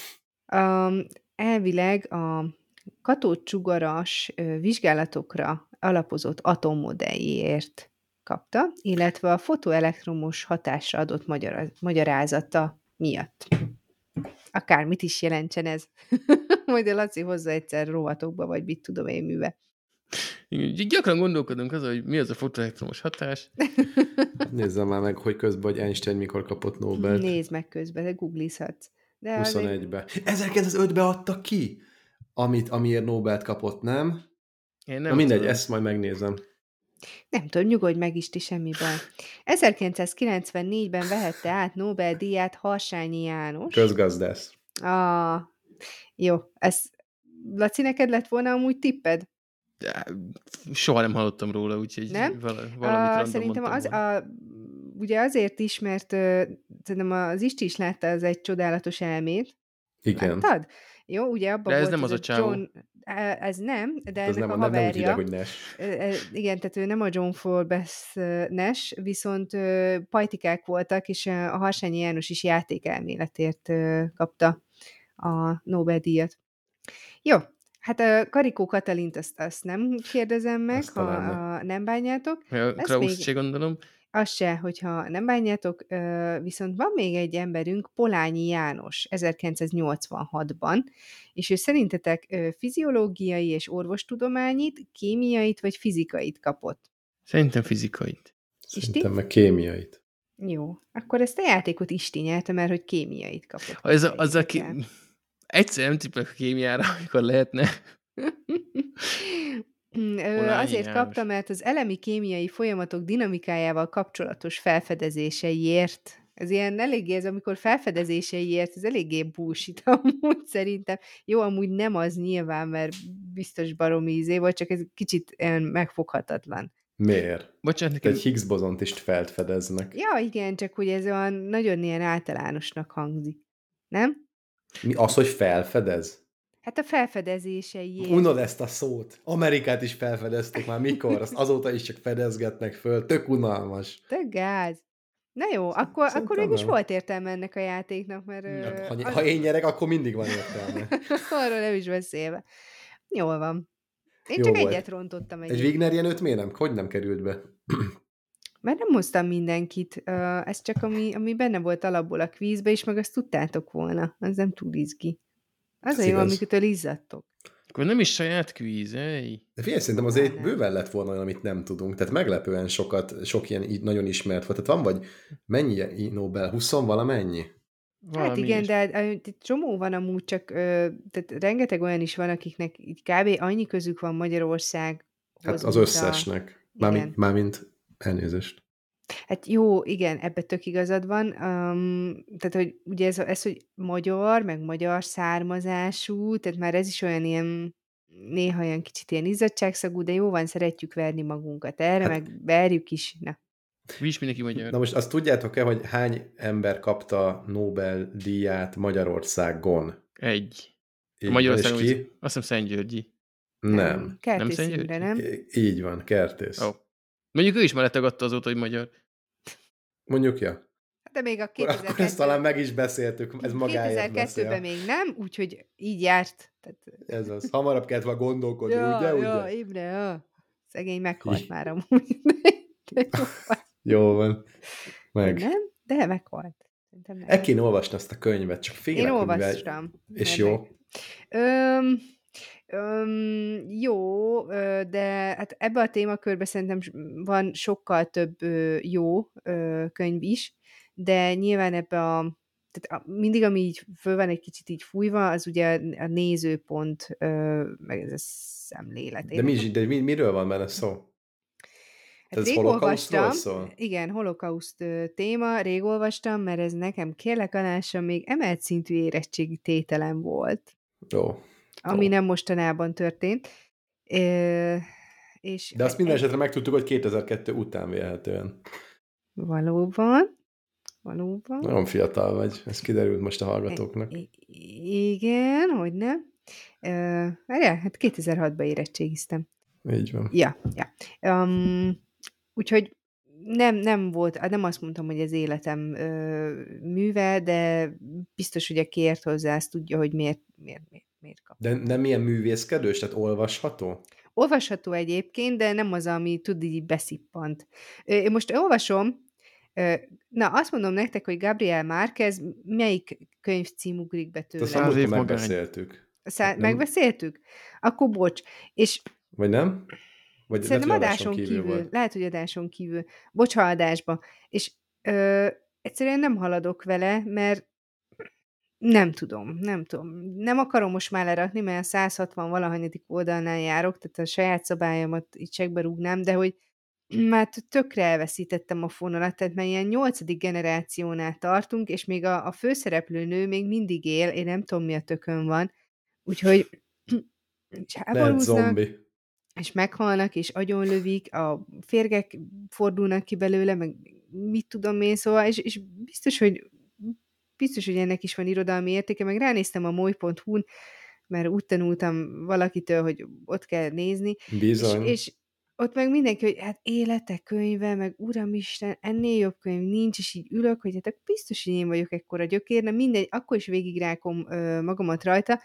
Elvileg a katódsugaras vizsgálatokra alapozott atommodellért kapta, illetve a fotoelektromos hatásra adott magyarázata miatt. Akármit is jelentsen ez. Majd a Laci hozza egyszer rovatokba, vagy mit tudom én műve. Gyakran gondolkodunk azon, hogy mi az a fotoelektromos hatás. Nézzem már meg, hogy közben, hogy Einstein mikor kapott Nobelt. Nézd meg közben, de googlizhatsz. 21-ben. 1905-ben adta ki, amiért Nobelt kapott, nem? Én nem Na mindegy, tudom. ezt majd megnézem. Nem tudom, nyugodj meg, Isti, semmi baj. 1994-ben vehette át Nobel-díját Harsányi János. Közgazdász. Jó, ez Laci, neked lett volna amúgy tipped? Soha nem hallottam róla, úgyhogy nem? valamit random szerintem mondtam ugye azért is, mert szerintem az Isti is látta az Egy csodálatos elmét. Igen. Láttad? Jó, ugye abban de ez volt nem az a csávó. John... Ez nem, de ez ennek nem, a haverja. Nem úgy hívják, hogy Nash. Igen, tehát ő nem a John Forbes Nash, viszont pajtikák voltak, és a Harsányi János is játékelméletért kapta a Nobel-díjat. Jó, hát a Karikó Katalint azt nem kérdezem meg, ha nem bánjátok. Krausz se gondolom. Az se, hogyha nem bánjátok, viszont van még egy emberünk, Polányi János, 1986-ban, és ő szerintetek fiziológiai és orvostudományit, kémiait vagy fizikait kapott? Szerintem fizikait. Szerintem meg kémiait. Jó, akkor ezt a játékot Isti nyerte, mert hogy kémiait kapott. Egyszer nem tippelek a kémiára, amikor lehetne. Azért kapta, mert az elemi kémiai folyamatok dinamikájával kapcsolatos felfedezéseiért. Ez ilyen eléggé, amikor felfedezéseiért, ez eléggé bullshit amúgy szerintem. Jó, amúgy nem az nyilván, mert biztos baromi ízé volt, csak ez kicsit megfoghatatlan. Miért? Bocsánat, egy Higgs bozont is felfedeznek. Ja, igen, csak hogy ez olyan nagyon ilyen általánosnak hangzik. Nem? Mi az, hogy felfedez? Hát a felfedezéseiért. Unod ezt a szót. Amerikát is felfedezték már mikor, azt azóta is csak fedezgetnek föl. Tök unalmas. Tök gáz. Na jó, akkor mégis volt értelme ennek a játéknak, mert... Ha én nyerek, akkor mindig van értelme. Arról nem is beszélve. Jól van. Én Jó csak volt. egyet rontottam Egy egyébként. Wigner Jenőt miért nem? Hogy nem került be? Mert nem hoztam mindenkit. Ez csak ami benne volt alapból a kvízbe, és meg azt tudtátok volna. Az nem túl izgi. Az a Ez jó, igaz. amiket izzadtok. Akkor nem is saját kvíz, ej? De figyelj, szerintem Már azért nem. bőven lett volna olyan, amit nem tudunk. Tehát meglepően sok ilyen nagyon ismert volt. Tehát van vagy mennyi Nobel? 20 valamennyi? Hát Valami igen, is. de egy csomó van amúgy, csak tehát rengeteg olyan is van, akiknek így kb. Annyi közük van Magyarországhoz, Hát az mint összesnek. igen. Mármint elnézést. Hát jó, igen, ebbe tök igazad van. Tehát, hogy ugye ez, hogy magyar, meg magyar származású, tehát már ez is olyan ilyen, néha ilyen kicsit ilyen izzadságszagú, de jó van, szeretjük verni magunkat erre, Hát, meg verjük is. Na. Mi is mindenki magyar. na most azt tudjátok-e, hogy hány ember kapta Nobel-díját Magyarországon? Egy. A Így van, és Magyarországon ki? azt hiszem Szentgyörgyi. Nem. Kertész Nem Imre, nem? Így van, Kertész. Ó. Mondjuk ő is már letagadta azóta, hogy magyar. Mondjuk, ja. De még a Akkor ezt talán meg is beszéltük, ez magáért 2002-ben beszél. még nem, úgyhogy így járt. Tehát, Ez az. Hamarabb kellett volna gondolkodni, ja, ugye? Imre, ja. Szegény meghalt már amúgy. De jó van. Jó van. Meg. Nem? De meghalt. Szerintem nem. El kéne olvasni azt a könyvet, csak félek, Én hogy olvastam. És Mert jó? Jó, de hát ebbe a témakörbe szerintem van sokkal több jó könyv is, de nyilván tehát mindig, ami így föl van egy kicsit így fújva, az ugye a nézőpont, meg ez a szemlélet. Miről van benne szó? Hát Ez rég holokausztról olvastam, szól? igen, holokauszt téma, rég olvastam, mert ez nekem kérlek alásra még emelt szintű érettségi tételem volt, Jó. ami nem mostanában történt. És De azt minden esetre megtudtuk, hogy 2002 után vélhetően. valóban. Nagyon fiatal vagy, ez kiderült most a hallgatóknak. Igen, hogy nem. Várjál, hát 2006-ban érettségiztem. Így van. Ja. Úgyhogy nem volt, nem azt mondtam, hogy az életem műve, de biztos, hogy aki ért hozzá, azt tudja, hogy miért kap. De nem ilyen művészkedős, tehát olvasható? Olvasható egyébként, de nem az, ami tud így beszippant. Én most olvasom, na azt mondom nektek, hogy Gabriel Márquez, melyik könyvcím ugrik be tőle? Azt 100 amúgy év magány. megbeszéltük. Megbeszéltük? Akkor bocs. És Vagy nem? Vagy szerintem lehet, hogy adáson kívül. volt. Lehet, hogy adáson kívül. Bocs, ha adásba. És egyszerűen nem haladok vele, mert nem tudom. Nem akarom most már lerakni, mert a 160 valahanyadik oldalnál járok, tehát a saját szabályomat így csekbe rúgnám, de hogy már tökre elveszítettem a fonalat, tehát már ilyen 8. generációnál tartunk, és még a főszereplő nő még mindig él, én nem tudom, mi a tökön van. Úgyhogy Lehet háborúznak, zombi. és meghalnak, és agyonlövik, a férgek fordulnak ki belőle, meg mit tudom én, szóval, és biztos, hogy ennek is van irodalmi értéke, meg ránéztem a moly.hu-n, mert úgy tanultam valakitől, hogy ott kell nézni, Bizony. és ott meg mindenki, hogy hát élete könyve, meg uramisten, ennél jobb könyv nincs, és így ülök, hogy hát biztos, hogy én vagyok ekkora gyökér, nem mindegy, akkor is végigrákom magamat rajta,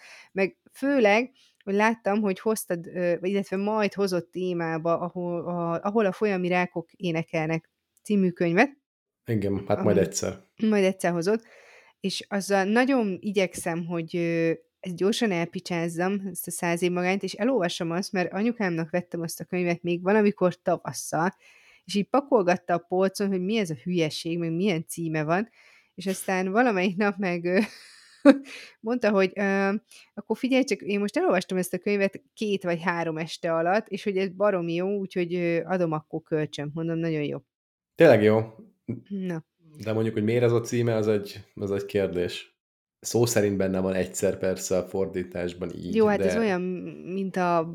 meg hogy láttam, hogy hoztad, illetve majd hozott témába, ahol a folyami rákok énekelnek című könyvet. Igen, hát majd egyszer. Majd egyszer hozott, és azzal nagyon igyekszem, hogy ezt gyorsan elpicsázzam, ezt a 100 év magányt, és elolvasom azt, mert anyukámnak vettem azt a könyvet még valamikor tavasszal, és így pakolgatta a polcon, hogy mi ez a hülyeség, meg milyen címe van, és aztán valamelyik nap meg mondta, hogy akkor figyelj csak, én most elolvastam ezt a könyvet 2 vagy 3 este alatt, és hogy ez baromi jó, úgyhogy adom akkor kölcsön. Mondom, nagyon jó. Tényleg jó. Na. De mondjuk, hogy miért ez a címe, az egy kérdés. Szó szerint benne van egyszer persze a fordításban így. Jó, hát de... ez olyan, mint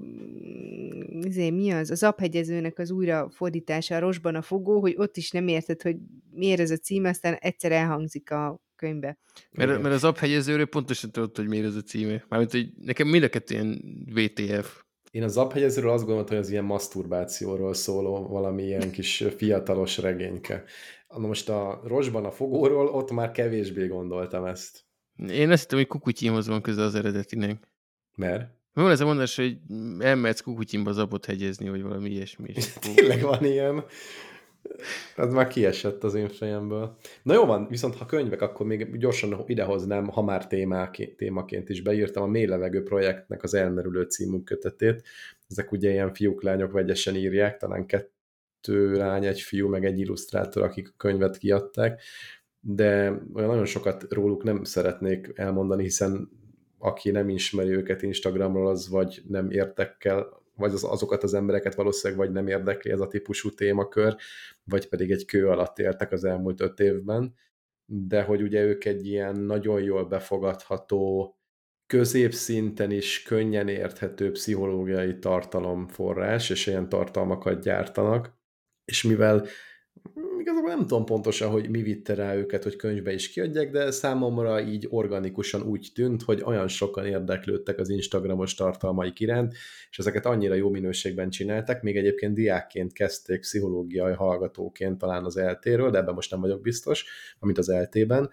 mi az? Az Aphegyezőnek az újrafordítása, a Rosban a fogó, hogy ott is nem érted, hogy miért ez a címe, aztán egyszer elhangzik a könyvbe. Mert az Aphegyezőről pontosan tudod, hogy miért ez a címe. Mármint, hogy nekem mind a kettő ilyen VTF. Én az Aphegyezőről azt gondoltam, hogy az ilyen maszturbációról szóló valami ilyen kis fiatalos regényke. Na most a Rosban a fogóról ott már kevésbé gondoltam ezt. Én azt hittem, hogy Kukutyémhoz van köze az eredetinek. Mert? Van ez a mondás, hogy elmehetsz Kukutyinba zabot hegyezni, vagy valami ilyesmi. És akkor... Tényleg van ilyen. Ez már kiesett az én fejemből. Na jó van, viszont ha könyvek, akkor még gyorsan idehoznám, ha már témaként is beírtam, a Mély Levegő projektnek az Elmerülő című kötetét. Ezek ugye ilyen fiúk-lányok vegyesen írják, talán 2 lány, 1 fiú, meg 1 illusztrátor, akik a könyvet kiadták, de olyan nagyon sokat róluk nem szeretnék elmondani, hiszen aki nem ismeri őket Instagramról, az vagy nem értekkel, vagy azokat az embereket valószínűleg vagy nem érdekli ez a típusú témakör, vagy pedig egy kő alatt éltek az elmúlt 5 évben, de hogy ugye ők egy ilyen nagyon jól befogadható, középszinten is könnyen érthető pszichológiai tartalomforrás, és ilyen tartalmakat gyártanak, és mivel igazából nem tudom pontosan, hogy mi vitte rá őket, hogy könyvbe is kiadják, de számomra így organikusan úgy tűnt, hogy olyan sokan érdeklődtek az Instagramos tartalmaik iránt, és ezeket annyira jó minőségben csináltak, még egyébként diákként kezdték pszichológiai hallgatóként talán az ELTE-ről, de ebben most nem vagyok biztos, amit az ELTE-ben,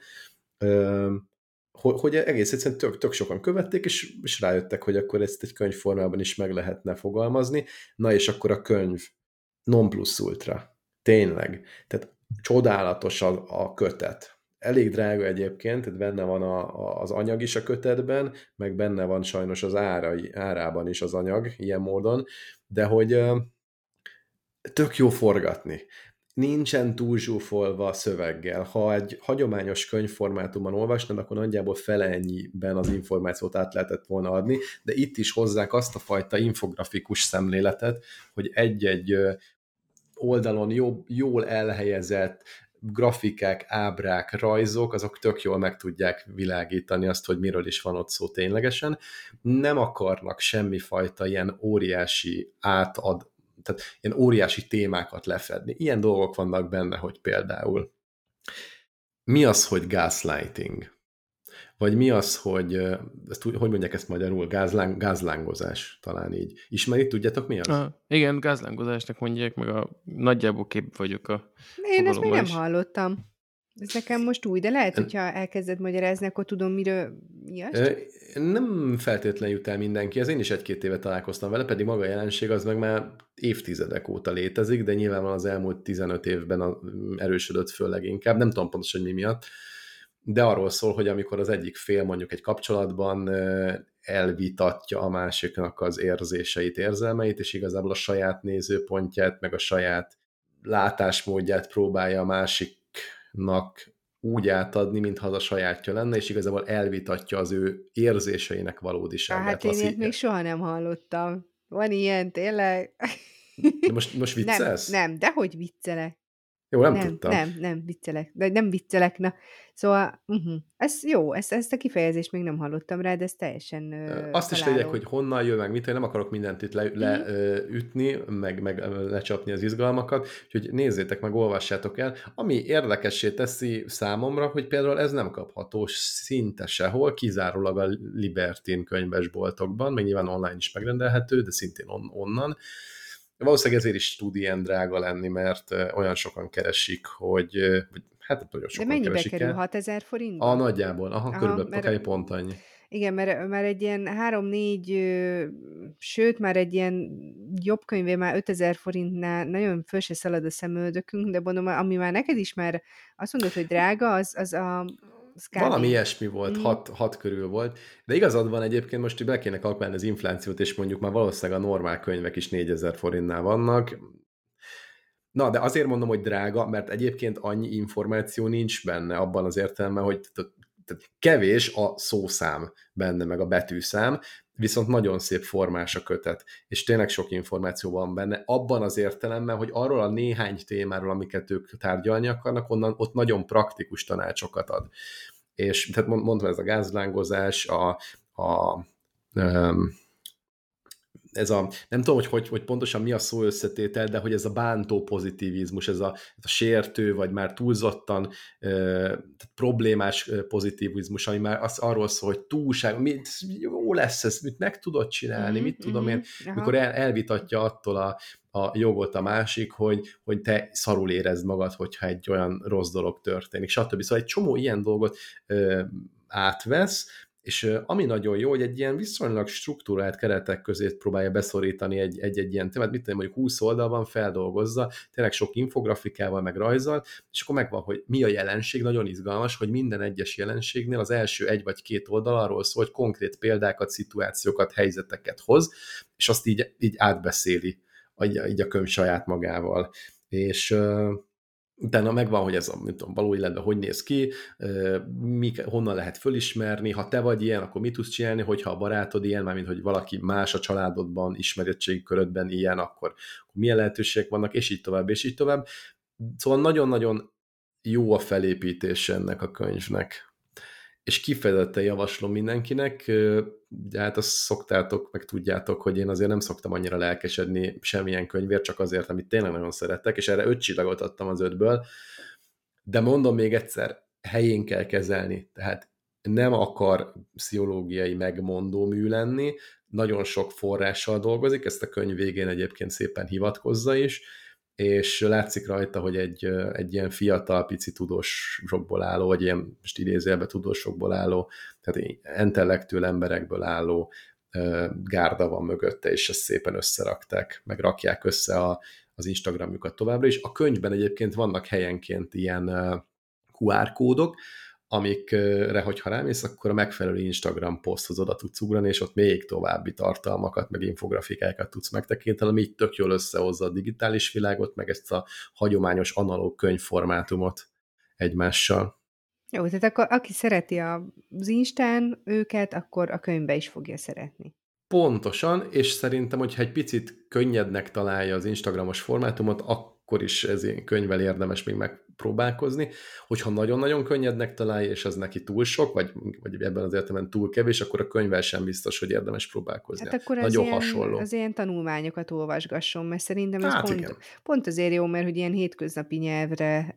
hogy egész egyszerűen tök sokan követték, és rájöttek, hogy akkor ezt egy könyvformában is meg lehetne fogalmazni. Na és akkor a könyv non plus ultra. Tényleg. Tehát csodálatos a kötet. Elég drága egyébként, tehát benne van az anyag is a kötetben, meg benne van sajnos az árában is az anyag, ilyen módon, de hogy tök jó forgatni. Nincsen túl zsúfolva a szöveggel. Ha egy hagyományos könyvformátumban olvasnod, akkor nagyjából fele ennyiben az információt át lehetett volna adni, de itt is hozzák azt a fajta infografikus szemléletet, hogy egy-egy oldalon jól elhelyezett grafikák, ábrák, rajzok, azok tök jól meg tudják világítani azt, hogy miről is van ott szó ténylegesen. Nem akarnak semmifajta ilyen óriási tehát ilyen óriási témákat lefedni. Ilyen dolgok vannak benne, hogy például mi az, hogy gaslighting? Vagy mi az, hogy, hogy mondják ezt magyarul? Gázlángozás, talán így. Ismerik, tudjátok mi az? Igen, gázlángozásnak mondják, meg nagyjából kép vagyok a Én ezt még nem is. hallottam. Ez nekem most új, de lehet, hogyha elkezded magyarázni, akkor tudom, mi az. Nem feltétlenül jut el mindenki, ez én is 1-2 éve találkoztam vele, pedig maga a jelenség az meg már évtizedek óta létezik, de nyilván az elmúlt 15 évben erősödött föl leginkább, nem tudom pontosan, hogy mi miatt, de arról szól, hogy amikor az egyik fél mondjuk egy kapcsolatban elvitatja a másiknak az érzéseit, érzelmeit, és igazából a saját nézőpontját, meg a saját látásmódját próbálja a másiknak úgy átadni, mintha az a sajátja lenne, és igazából elvitatja az ő érzéseinek valódiságát. Hát én ilyet még soha nem hallottam. Van ilyen, tényleg? De most viccelsz? Nem, dehogy viccelek. Jó, nem tudtam. Nem viccelek. De nem viccelek, na. Szóval, ez jó, ezt a kifejezést még nem hallottam rá, de ez teljesen azt is tegyek, hogy honnan jön, meg mit, nem akarok mindent itt leütni, meg lecsapni az izgalmakat, úgyhogy nézzétek meg, olvassátok el. Ami érdekessé teszi számomra, hogy például ez nem kapható szinte sehol, kizárólag a Libertin könyvesboltokban, meg nyilván online is megrendelhető, de szintén onnan. Valószínűleg ezért is tud ilyen drága lenni, mert olyan sokan keresik, hogy hát nagyon sokan de mennyibe keresik kerül? el. 6000 forintba? Nagyjából, körülbelül pont annyi. Igen, mert egy ilyen 3-4, sőt, már egy ilyen jobb könyvé már 5000 forintnál nagyon föl se szalad a szemöldökünk, de mondom, ami már neked is már azt mondod, hogy drága, az a valami ilyesmi volt, 6 körül volt, de igazad van egyébként, most be kéne kalkulálni az inflációt, és mondjuk már valószínűleg a normál könyvek is 4000 forintnál vannak. Na, de azért mondom, hogy drága, mert egyébként annyi információ nincs benne abban az értelemben, hogy kevés a szószám benne, meg a betűszám, viszont nagyon szép formás a kötet, és tényleg sok információ van benne, abban az értelemben, hogy arról a néhány témáról, amiket ők tárgyalni akarnak, ott nagyon praktikus tanácsokat ad. És tehát mondva ez a gázlángozás, ez a, nem tudom, hogy pontosan mi a szó összetétel, de hogy ez a bántó pozitivizmus, ez a sértő, vagy már túlzottan problémás pozitivizmus, ami már arról szól, hogy túlság, jó lesz ez, mit meg tudod csinálni, mit tudom én, mikor elvitatja attól a jogot a másik, hogy te szarul érezd magad, hogyha egy olyan rossz dolog történik, stb. Szóval egy csomó ilyen dolgot átvesz, És ami nagyon jó, hogy egy ilyen viszonylag struktúrált keretek közé próbálja beszorítani egy ilyen témát, mit tudom, mondjuk 20 oldalban feldolgozza, tényleg sok infografikával, meg rajzol, és akkor megvan, hogy mi a jelenség, nagyon izgalmas, hogy minden egyes jelenségnél az első 1 vagy 2 oldal arról szól, hogy konkrét példákat, szituációkat, helyzeteket hoz, és azt így átbeszéli így a könyv saját magával. És utána megvan, hogy ez a való életben hogy néz ki, honnan lehet fölismerni, ha te vagy ilyen, akkor mit tudsz csinálni, hogyha a barátod ilyen, mármint hogy valaki más a családodban, ismeretségi körödben ilyen, akkor milyen lehetőségek vannak, és így tovább, és így tovább. Szóval nagyon-nagyon jó a felépítés ennek a könyvnek. És kifejezetten javaslom mindenkinek, de hát azt szoktátok, meg tudjátok, hogy én azért nem szoktam annyira lelkesedni semmilyen könyvért, csak azért, amit tényleg nagyon szeretek, és erre 5 csillagot adtam az 5-ből, de mondom még egyszer, helyén kell kezelni, tehát nem akar pszichológiai megmondó mű lenni, nagyon sok forrással dolgozik, ezt a könyv végén egyébként szépen hivatkozza is, és látszik rajta, hogy egy ilyen fiatal, pici tudósokból álló, vagy ilyen, most idézőjelben tudósokból álló, tehát intellektuál emberekből álló gárda van mögötte, és ezt szépen összerakták, meg rakják össze az Instagramjukat továbbra is. A könyvben egyébként vannak helyenként ilyen QR kódok, amikre, hogyha rámész, akkor a megfelelő Instagram poszthoz oda tudsz ugrani, és ott még további tartalmakat, meg infografikákat tudsz megtekinteni, ami így tök jól összehozza a digitális világot, meg ezt a hagyományos analóg könyvformátumot egymással. Jó, tehát akkor aki szereti az Instán őket, akkor a könyvbe is fogja szeretni. Pontosan, és szerintem, hogyha egy picit könnyednek találja az Instagramos formátumot, akkor is ez ilyen könyvvel érdemes még megpróbálkozni. Hogyha nagyon-nagyon könnyednek találja, és az neki túl sok, vagy ebben az értelemben túl kevés, akkor a könyvvel sem biztos, hogy érdemes próbálkozni. Hát akkor nagyon hasonló. Az ilyen tanulmányokat olvasgasson, mert szerintem ez Hát pont azért jó, mert hogy ilyen hétköznapi nyelvre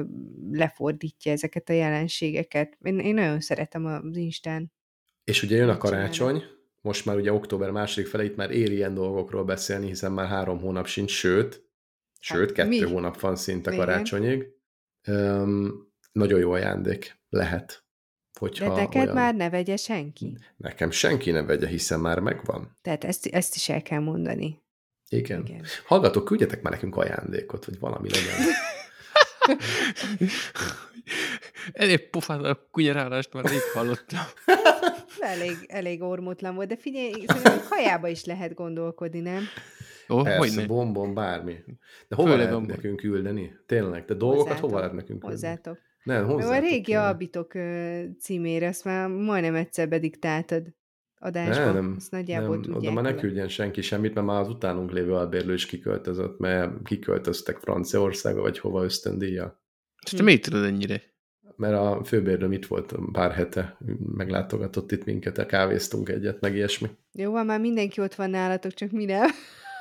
lefordítja ezeket a jelenségeket. Én nagyon szeretem az Instán. És ugye jön a karácsony, most már ugye október második fele, itt már ér ilyen dolgokról beszélni, hiszen már 3 hónap sincs, sőt, 2 hónap van szinte karácsonyig. Nagyon jó ajándék lehet. De neked már ne vegye senki? Nekem senki ne vegye, hiszen már megvan. Tehát ezt is el kell mondani. Igen. Hallgatók, küldjetek már nekünk ajándékot, hogy valami legyen. Elég pofán a kunyerálást már rég hallottam. Elég ormótlan volt, de figyelj, szerintem kajába is lehet gondolkodni, nem? Persze, bombon, bármi. De hova lehet nekünk küldeni? Tényleg, de dolgokat hova lehet nekünk küldeni? Hozzátok. Nem, hozzátok. A régi albitok címére, ezt már majdnem egyszer bediktáltad adásban. Nem, ezt nagyjából tudják. Oda már ne küldjen senki semmit, mert már az utánunk lévő albérlő is kiköltözött, mert kiköltöztek Franciaországba, vagy hova ösztöndíjjal. És te miért tudod ennyire? Mert a főbérlőm itt volt pár hete, meglátogatott itt minket, kávéztunk egyet, meg ilyesmi. Jó, van, már mindenki ott van nálatok, csak mi nem.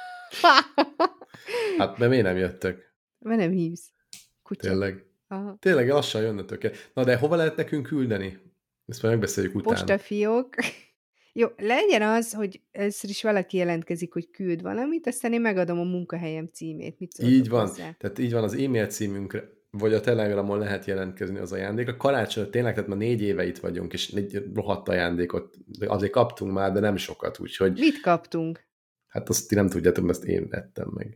Hát, mert miért nem jöttek? Mert nem hívsz. Kutya. Tényleg? Aha. Tényleg, lassan jönnötök el. Na, de hova lehet nekünk küldeni? Ezt már megbeszéljük utána. Postafiók. Jó, legyen az, hogy először is valaki jelentkezik, hogy küld valamit, aztán én megadom a munkahelyem címét. Mit szóltok így van. Hozzá? Tehát így van, az e-mail címünkre, vagy a Telegramon lehet jelentkezni az ajándékra. Karácsony tényleg, tehát már 4 éve itt vagyunk, és egy rohadt ajándékot azért kaptunk már, de nem sokat, úgyhogy... Mit kaptunk? Hát azt ti nem tudjátok, mert ezt én vettem meg.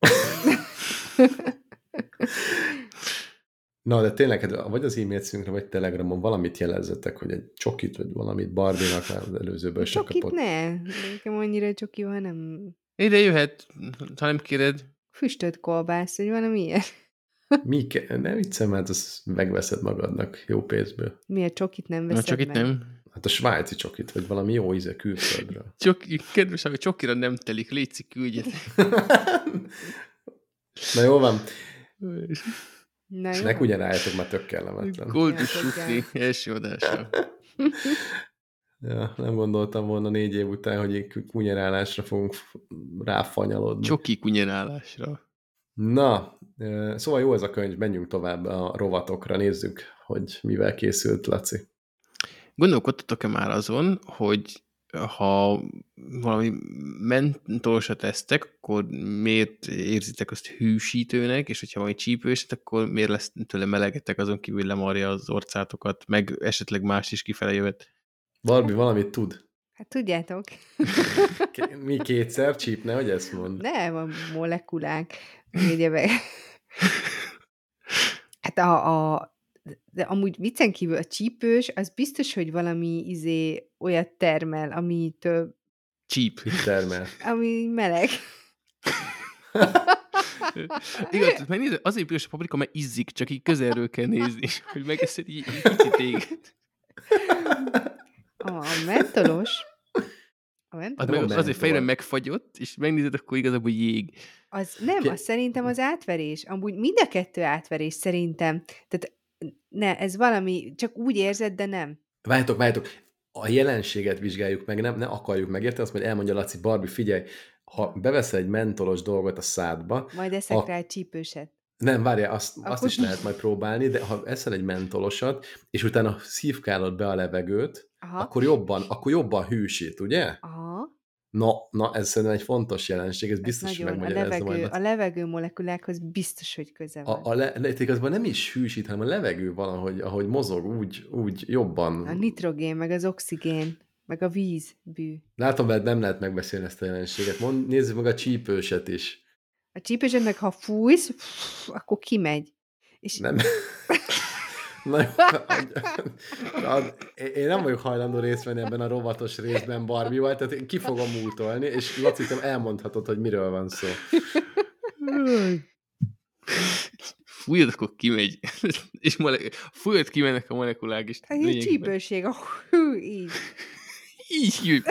Na, de tényleg, hát vagy az e-mail címünkre, vagy Telegramon valamit jelezzetek, hogy egy csokit, vagy valamit Barbinak az előzőből se kapott. Csokit ne. Nekem annyira csoki, ha nem... Ide jöhet, ha nem kéred. Füstöt kolbász, vagy valami ilyen. Ne viccem, hát azt megveszed magadnak jó pénzből. Miért csokit nem veszed csokit meg? nem. Hát a svájci csokit, vagy valami jó íze külföldről. Kedves, hogy csokira nem telik, létszik, küldjetek. Na jó van. Na, És ne ugyanálljatok, már tök kellemetlen. Goldus Sufi, első adása. Ja, nem gondoltam volna 4 év után, hogy kunyerálásra fogunk ráfanyalodni. Csoki kunyerálásra. Na, szóval jó ez a könyv, menjünk tovább a rovatokra, nézzük, hogy mivel készült Laci. Gondolkodtatok-e már azon, hogy ha valami mentolsat tesztek, akkor miért érzitek azt hűsítőnek, és hogyha valami csípőset, akkor miért lesz tőle melegetek, azon kívül lemarja az orcátokat, meg esetleg más is kifele jövet? Barbie valamit tud. Hát tudjátok. Mi kétszer csíp, nehogy ezt mond. Nem, a molekulák. Ugye, hát de amúgy viccen kívül a csípős, az biztos, hogy valami olyat termel, Cheap. Mit termel? ami meleg. Igaz, megnézed, azért piros a paprika, mert izzik, csak így közelről kell nézni, hogy megeszed így kicsit téged. A mentolos. Az meg azért fejre megfagyott, és megnézed, akkor igazából jég. Az nem, az szerintem az átverés. Amúgy mind a kettő átverés szerintem. Tehát ne, ez valami, csak úgy érzed, de nem. Várjátok. A jelenséget vizsgáljuk meg, nem akarjuk megérteni, azt majd elmondja Laci, Barbie, figyelj, ha beveszel egy mentolos dolgot a szádba... Majd eszek rá egy csípőset. Nem, várjál, azt is lehet majd próbálni, de ha eszel egy mentolosat, és utána szívkálod be a levegőt, akkor jobban hűsít, ugye? Aha. Na, ez szerintem egy fontos jelenség, ez biztos, hogy megmagyarázza majd. A levegő molekulákhoz biztos, hogy köze van. Igazban nem is hűsít, hanem a levegő valahogy, ahogy mozog, úgy jobban... A nitrogén, meg az oxigén, meg a vízbű. Látom, mert nem lehet megbeszélni ezt a jelenséget. Nézzük meg a csípőset is. A csípőset meg, ha fújsz, akkor kimegy. És... Nem... Na jó, én nem vagyok hajlandó részt venni ebben a rovatos részben Barbie-val, tehát én ki fogom múltolni, és Laci, te elmondhatod, hogy miről van szó. Fújod, akkor kimegy. És fújod, kimennek a molekulák is. Hát egy csípőség, így. Így,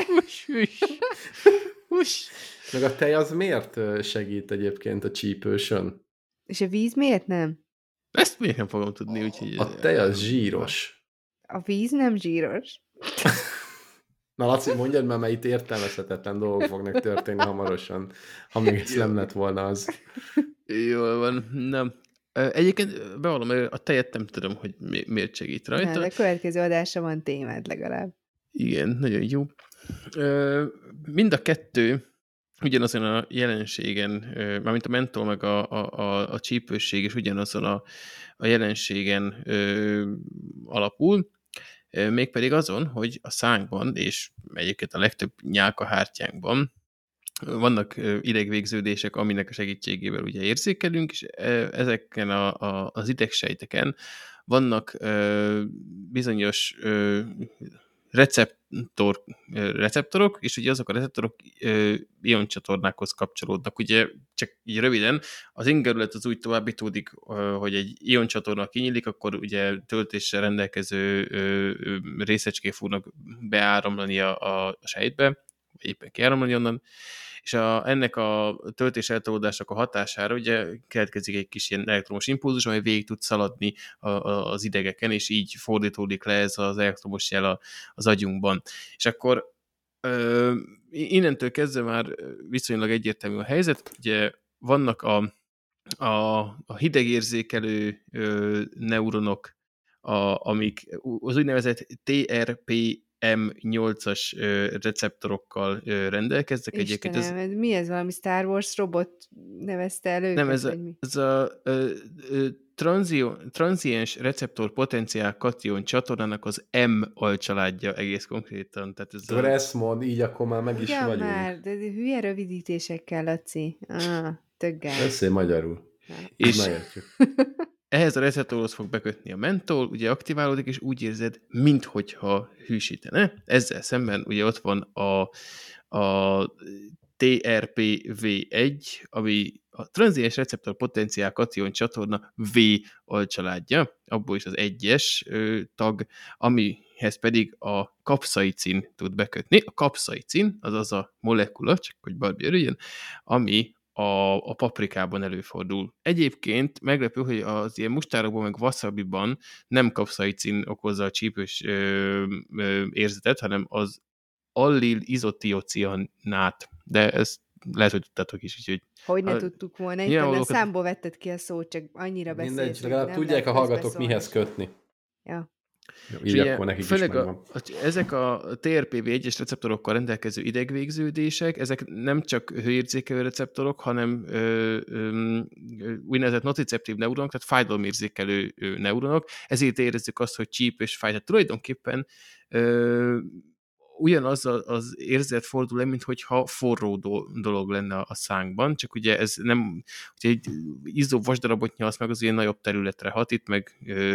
Meg a tej az miért segít egyébként a csípősön? És a víz miért nem? Ezt miért nem fogom tudni, úgyhogy... A tej az zsíros. A víz nem zsíros. Na Laci, mondjad már, mert itt értelmezhetetlen dolgok fognak történni hamarosan, ha még ez nem lett volna az. Jól van, nem. Egyébként bevallom, a tejet nem tudom, hogy miért segít rajta. De a következő adásra van témád legalább. Igen, nagyon jó. Mind a kettő ugyanazon a jelenségen, mármint a mentol meg a csípősség is ugyanazon a jelenségen alapul, mégpedig azon, hogy a szánkban, és egyébként a legtöbb nyálkahártyánkban vannak idegvégződések, aminek a segítségével ugye érzékelünk, és ezeken az idegsejteken vannak bizonyos receptorok, és ugye azok a receptorok ioncsatornákhoz kapcsolódnak. Ugye csak így röviden, az ingerület az úgy továbbítódik, hogy egy ioncsatorna kinyílik, akkor ugye töltéssel rendelkező részecskék fognak beáramlani a sejtbe, vagy éppen kiáramlani onnan, és ennek a töltés eltolódásnak a hatására ugye keletkezik egy kis ilyen elektromos impulzus, amely végig tud szaladni az idegeken, és így fordítódik le ez az elektromos jel az agyunkban. És akkor innentől kezdve már viszonylag egyértelmű a helyzet, ugye vannak a hidegérzékelő neuronok, amik az úgynevezett TRPM8-as receptorokkal rendelkeznek. Istenem, mi ez, valami Star Wars robot nevezte el őket? Nem, ez a tranziens receptor potenciál kation csatornának az M alcsaládja egész konkrétan. Tehát akkor ezt mond, így akkor már meg is vagyunk. Már, de hülye rövidítésekkel, Laci. Töggel. Beszélj magyarul. És ehhez a receptorhoz fog bekötni a mentol, ugye aktiválódik, és úgy érzed, minthogyha hűsítene. Ezzel szemben ugye ott van a TRPV1, ami a tranziens receptor potenciál kation csatorna V alcsaládja, abból is az 1-es tag, amihez pedig a kapszaicin tud bekötni. A kapszaicin, az a molekula, csak hogy Barbie örüljön, ami a paprikában előfordul. Egyébként meglepő, hogy az ilyen mustárokban, meg wasabiban nem kapszaicin okozza a csípős érzetet, hanem az allil izotiocianát. De ezt lehet, hogy tudtátok is. Úgyhogy hogy ne tudtuk volna. Itt a számból vetted ki a szót, csak annyira beszéltünk. Mindegy, legalább tudják a hallgatók mihez kötni. Ja. És Így ugye akkor nekik is főleg megvan. ezek a TRPV1-es receptorokkal rendelkező idegvégződések, ezek nem csak hőérzékelő receptorok, hanem úgynevezett nociceptív neuronok, tehát fájdalomérzékelő neuronok, ezért érezzük azt, hogy csíp és fáj. Tehát tulajdonképpen ugyanaz az érzet fordul el, mintha forró dolog lenne a szánkban, csak ugye ez nem, ugye egy izzó vasdarabot nyalsz meg, az ilyen nagyobb területre hat, itt meg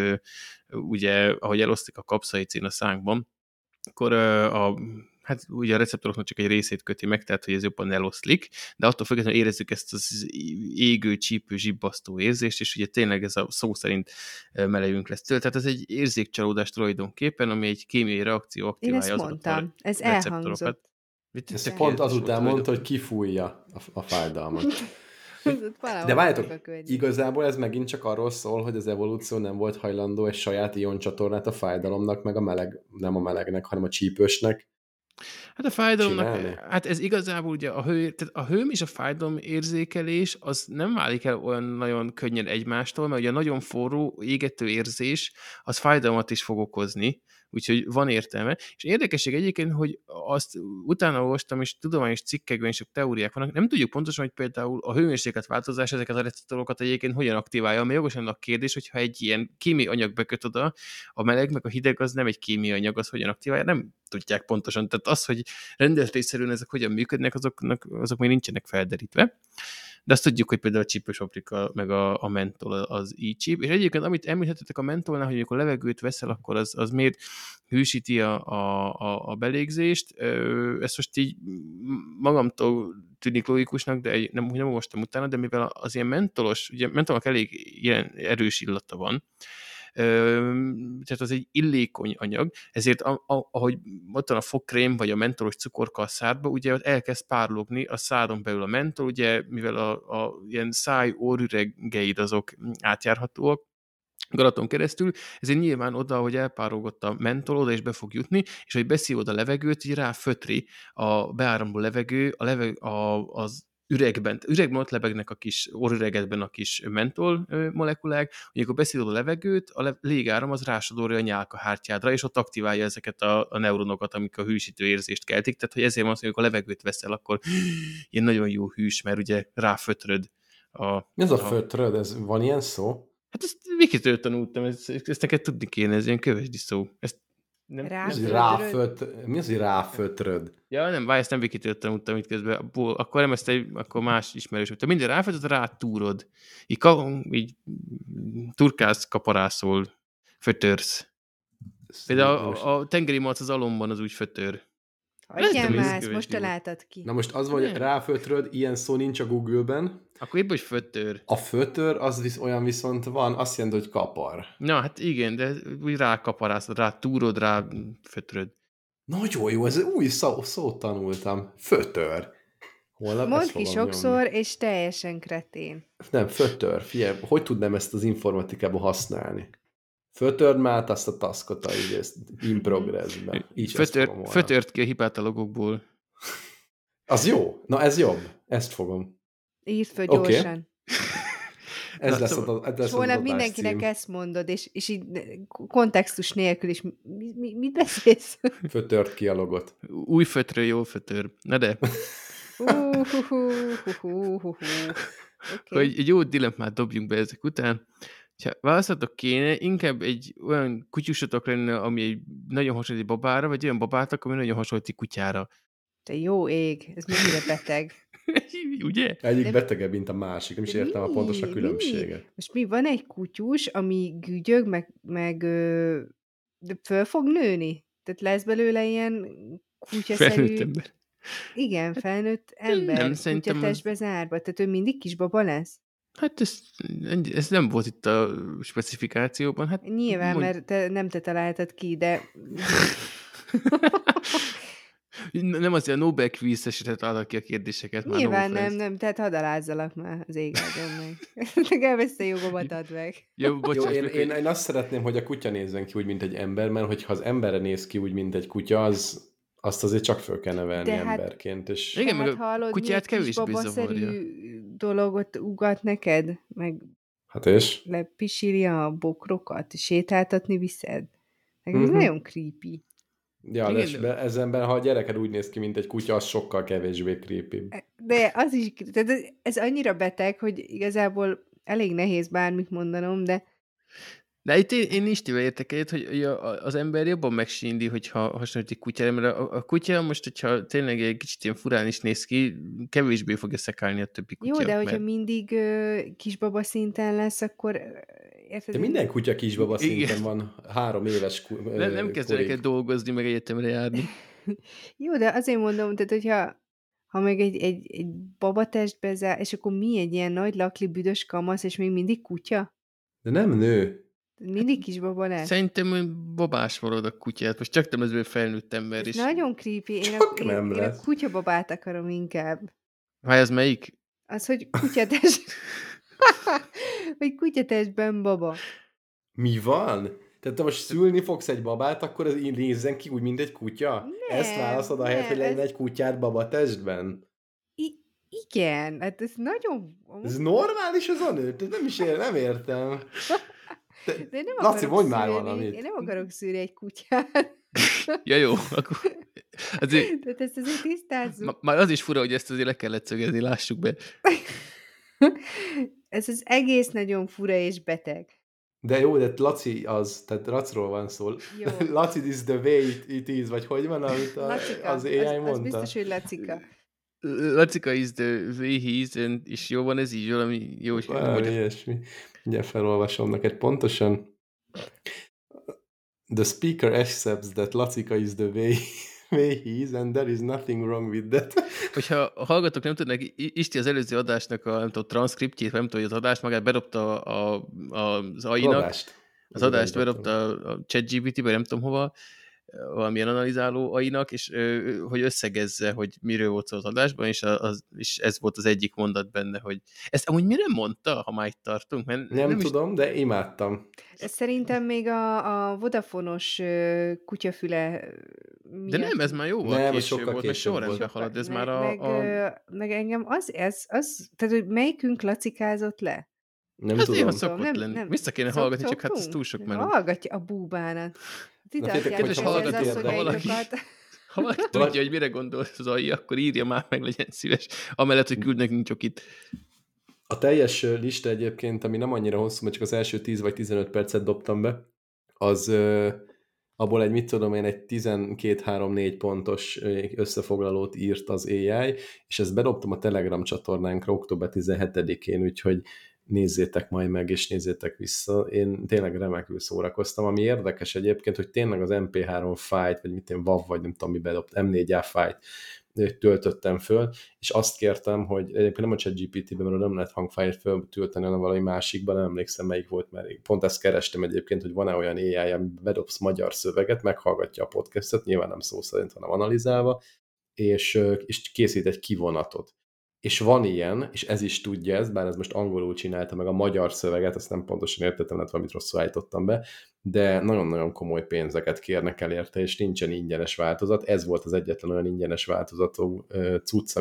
ugye, ahogy elosztik a kapszaicin a szánkban, akkor hát ugye a receptoroknak csak egy részét köti meg, tehát hogy ez jobban eloszlik, de attól függetlenül érezzük ezt az égő, csípő, zsibbasztó érzést, és ugye tényleg ez a szó szerint melegünk lesz tőle. Tehát ez egy érzékcsalódás tulajdonképpen, ami egy kémiai reakció Én aktiválja ezt azokat a mondtam, ez receptorokat. elhangzott. Ezt Tök pont érdekes azután volt mondta, hogy kifújja a fájdalmat. Valahol De várjátok, vannak a környéken. igazából ez megint csak arról szól, hogy az evolúció nem volt hajlandó egy saját ioncsatornát a fájdalomnak, meg nem a melegnek, hanem a csípősnek. Hát a fájdalomnak, Csinálni? hát ez igazából ugye tehát a hőm és a fájdalom érzékelés az nem válik el olyan nagyon könnyen egymástól, mert ugye a nagyon forró, égető érzés az fájdalmat is fog okozni, úgyhogy van értelme. És érdekesség egyébként, hogy azt utána olvastam, és tudományos cikkekben is sok teóriák vannak, nem tudjuk pontosan, hogy például a hőmérséklet változás ezeket a receptorokat egyébként hogyan aktiválja, ami jogosan a kérdés, hogyha egy ilyen kémiai anyag beköt oda, a meleg meg a hideg az nem egy kémiai anyag, az hogyan aktiválja, nem tudják pontosan. Tehát az, hogy rendeltésszerűen ezek hogyan működnek, azok még nincsenek felderítve. De azt tudjuk, hogy például a csípős paprika, meg a mentol az így csíp. És egyébként, amit említettetek a mentolnál, hogy amikor levegőt veszel, akkor az miért hűsíti a belégzést. Ezt most így magamtól tűnik logikusnak, de nem olvastam utána, de mivel az ilyen mentolos, ugye mentolnak elég ilyen erős illata van, tehát az egy illékony anyag, ezért ahogy ott van a fogkrém, vagy a mentolos cukorka a szádba, ugye ott elkezd párologni a szádon belül a mentol, ugye mivel a ilyen száj-orrüregeid azok átjárhatóak, galaton keresztül, ezért nyilván oda, hogy elpárolgott a mentol, oda is be fog jutni, és hogy beszívod a levegőt, így ráfötri a beáramló levegő, az üregben ott lebegnek a kis orrüregedben a kis mentol molekulák, hogy akkor beszívod a levegőt, a légáram az rásodorja a nyálkahártyádra, és ott aktiválja ezeket a neuronokat, amik a hűsítő érzést keltik, tehát hogy ezért van az, hogy amikor a levegőt veszel, akkor ilyen nagyon jó hűs, mert ugye ráfötröd Mi az a fötröd? Van ilyen szó? Hát ezt Wikitől tanultam, ezt neked tudni kéne, ez ilyen kövesdi szó. Ezt nem, Mi az, hogy ráfötröd? Ja, nem, ezt nem Wikitől tanultam itt közben. Akkor nem akkor más ismerős. Te minden ráfötröd, rátúrod. Így turkász, kaparászol, fötörsz. Például a tengeri malac az alomban az úgy fötör. Hagyjál már, ezt most találtad ki. Na most az van, hogy ráfötröd, ilyen szó nincs a Google-ben. Akkor épp, hogy fötör. A fötör, az olyan viszont van, azt jelenti, hogy kapar. Na, hát igen, de úgy rákaparászod, rátúrod, rá fötröd. Nagyon jó, ez új szót tanultam. Fötör. Mondd ki sokszor, és teljesen kretén. Nem, fötör. Figyelj, hogy tudnám ezt az informatikában használni? Fötörd már azt a taskot in progress-be. Fötört ki a hipátologokból. Az jó. Na, ez jobb. Ezt fogom. Írd föl gyorsan. Ez lesz az holnap mindenkinek ezt mondod, és így kontextus nélkül is. Mit beszélsz? Fötört ki a logot. Új fötrő, jó fötör. Na de. Hogy egy jó dilemmát dobjunk be ezek után. Ha választatok kéne, inkább egy olyan kutyusotok lenne, ami egy nagyon hasonlít egy babára, vagy olyan babátok, ami nagyon hasonlít egy kutyára. Te jó ég, ez mennyire beteg. Ugye? Egyik betegebb, mint a másik. Nem is értem a pontos a különbséget. Most van egy kutyus, ami gügyög, meg de föl fog nőni? Tehát lesz belőle ilyen kutyaszerű... Felnőtt ember. Igen, felnőtt ember, kutyatestbe zárva. Tehát ő mindig kisbaba lesz? Hát ez nem volt itt a specifikációban. Hát nyilván, mert nem te találtad ki, de... Nem azért a Nobel-quiz-esre találtak ki a kérdéseket. Nyilván nem, tehát hadd alázzalak már az égáldon meg. Nekem ezt a jogomat add meg. Jó, bocsánat. Én azt szeretném, hogy a kutya nézzen ki úgy, mint egy ember, mert hogyha az emberre néz ki úgy, mint egy kutya, azt azért csak föl kell nevelni emberként. És... Igen, meg a kutyát kevésbé zavarja. Dologot ugat neked, meg hát és? lepisíri a bokrokat, sétáltatni viszed. Nekem ez nagyon creepy. Ja, Igen, de ezenben, ha a gyereked úgy néz ki, mint egy kutya, az sokkal kevésbé creepy. De az is, tehát ez annyira beteg, hogy igazából elég nehéz bármit mondanom, de De itt én Istivel értek egyet, hogy az ember jobban megsíndi, hogyha hasonlít egy kutyára, mert a kutya most, hogyha tényleg egy kicsit ilyen furán is néz ki, kevésbé fogja szekálni a többi jó, kutya. de hogyha mindig kisbaba szinten lesz, akkor érted? De minden kutya kisbaba Igen. szinten van 3 éves Nem kezdenek el dolgozni, meg egyetemre járni. Jó, de azért mondom, tehát ha meg egy babatestbe zár, és akkor mi egy ilyen nagy lakli büdös kamasz, és még mindig kutya? De nem nő. Mindig kisbaba lesz. Szerintem hogy babás marad a kutyát. Most csak nem ez egy felnőtt ember Ez is. nagyon creepy. Csak nem Én a lesz. kutyababát akarom inkább. Hát ez melyik? Az, hogy kutyatest... vagy kutyatestben baba. Mi van? Tehát te most szülni fogsz egy babát, akkor ez így nézzen ki úgy, mint egy kutya? Ezt válaszod ahelyett, hogy legyen egy kutyád babatestben? Igen, hát ez nagyon... Ez normális az a nő? Nem értem. De én nem Laci, akarok mondj már szülni. valamit. Én nem akarok szülni egy kutyát. Ja jó, akkor... Azért, Tehát ezt azért tisztázzuk. már az is fura, hogy ezt azért le kellett szögezni, lássuk be. Ez az egész nagyon fura és beteg. De jó, de Laci az, tehát Lacról van szó. Jó. Laci is the way it is, vagy hogy van, amit Lacika, az AI mondta? az biztos, hogy Lacika. Lacika is the way he is, és jó van ez így, valami jó, és Valami ilyesmi. Ugye felolvasom neked pontosan. The speaker accepts that Lacika is the way he is, and there is nothing wrong with that. Hogyha a hallgatók nem tudnak, Isti az előző adásnak a nem tudom, transzkriptjét, vagy nem tudom, hogy az adás magát berobta az AI-nak. Az adást berobta a ChatGPT-be, nem tudom hova, valamilyen analizáló AI-nak, és hogy összegezze, hogy miről volt szó az adásban, és ez volt az egyik mondat benne, hogy ezt amúgy mire mondta, ha már itt tartunk? Mert Nem tudom, de imádtam. Ez szerintem még a Vodafone-os kutyafüle miatt. De nem, ez már jóval Nem, ez később sokkal volt, mert később sorrendben volt. halad, ez meg, már meg engem az, tehát hogy melyikünk lacikázott le? Nem ez tudom. néha szokott lenni. Vissza kéne hallgatni, csak hát ez Szoktunk? túl sok meló. Hallgatja a búbánat. Na, féltek, Kedves hogyha valakit hallgató, érdekel. ha valaki, ha valaki tudja, hogy mire gondol az AI, akkor írja már meg, legyen szíves. Amellett, hogy küld nekünk csokit. A teljes lista egyébként, ami nem annyira hosszú, mert csak az első 10 vagy 15 percet dobtam be, az abból egy, mit tudom én, egy 12-3-4 pontos összefoglalót írt az AI, és ezt bedobtam a Telegram csatornánkra október 17-én, úgyhogy nézzétek majd meg, és nézzétek vissza. Én tényleg remekül szórakoztam. Ami érdekes egyébként, hogy tényleg az MP3 fájlt, vagy mit én, WAV, vagy nem tudom, mi bedobt, M4A fájlt töltöttem föl, és azt kértem, hogy egyébként nem a ChatGPT-ben, mert nem lehet hangfájlt föltölteni, hanem valami másikban, nem emlékszem melyik volt, mert pont ezt kerestem egyébként, hogy van-e olyan AI, amiben bedobsz magyar szöveget, meghallgatja a podcastot, nyilván nem szó szerint, hanem analizálva, és készít egy kivonatot. És van ilyen, és ez is tudja ezt, bár ez most angolul csinálta meg a magyar szöveget, ezt nem pontosan értettem, lehet valamit rosszul állítottam be, de nagyon-nagyon komoly pénzeket kérnek el érte, és nincsen ingyenes változat. Ez volt az egyetlen olyan ingyenes változatú cucc,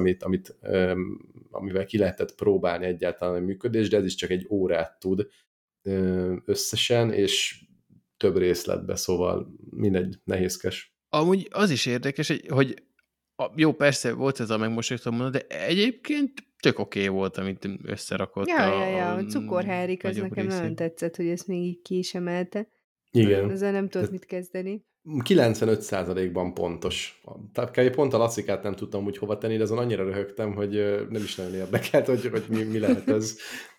amivel ki lehetett próbálni egyáltalán a működés, de ez is csak egy órát tud összesen, és több részletbe, szóval mindegy, nehézkes. Amúgy az is érdekes, hogy jó, persze volt ez a megmosolyogtam mondani, de egyébként tök oké volt, amit összerakott. A cukorhárik, az nagyobb nekem részén. nagyon tetszett, hogy ezt még így ki is emelte. Igen. Ezzel nem tudott mit kezdeni. 95%-ban pontos. Tehát kb. Pont a Lacikát nem tudtam úgy hova tenni, de azon annyira röhögtem, hogy nem is nagyon érdekelt, hogy mi lehet ez.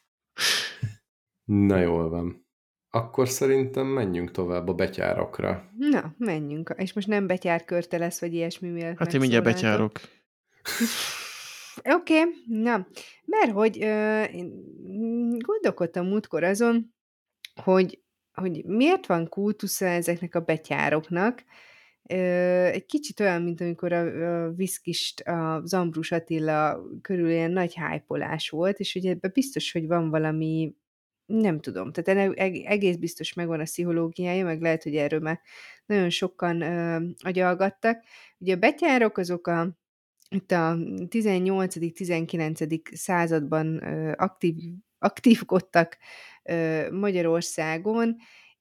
Na jól van. Akkor szerintem menjünk tovább a betyárokra. Na, menjünk. És most nem betyárkörte lesz, vagy ilyesmi miatt Hát én mindjárt megszólaltok. betyárok. Oké, na, mert hogy én gondolkodtam múltkor azon, hogy miért van kultusza ezeknek a betyároknak. Egy kicsit olyan, mint amikor a viszkist, a Zambrus Attila körül ilyen nagy hájpolás volt, és ugye ebben biztos, hogy van valami, nem tudom, tehát egész biztos megvan a pszichológiája, meg lehet, hogy erről már nagyon sokan agyalgattak. Ugye a betyárok azok itt a 18.-19. században aktívkodtak Magyarországon,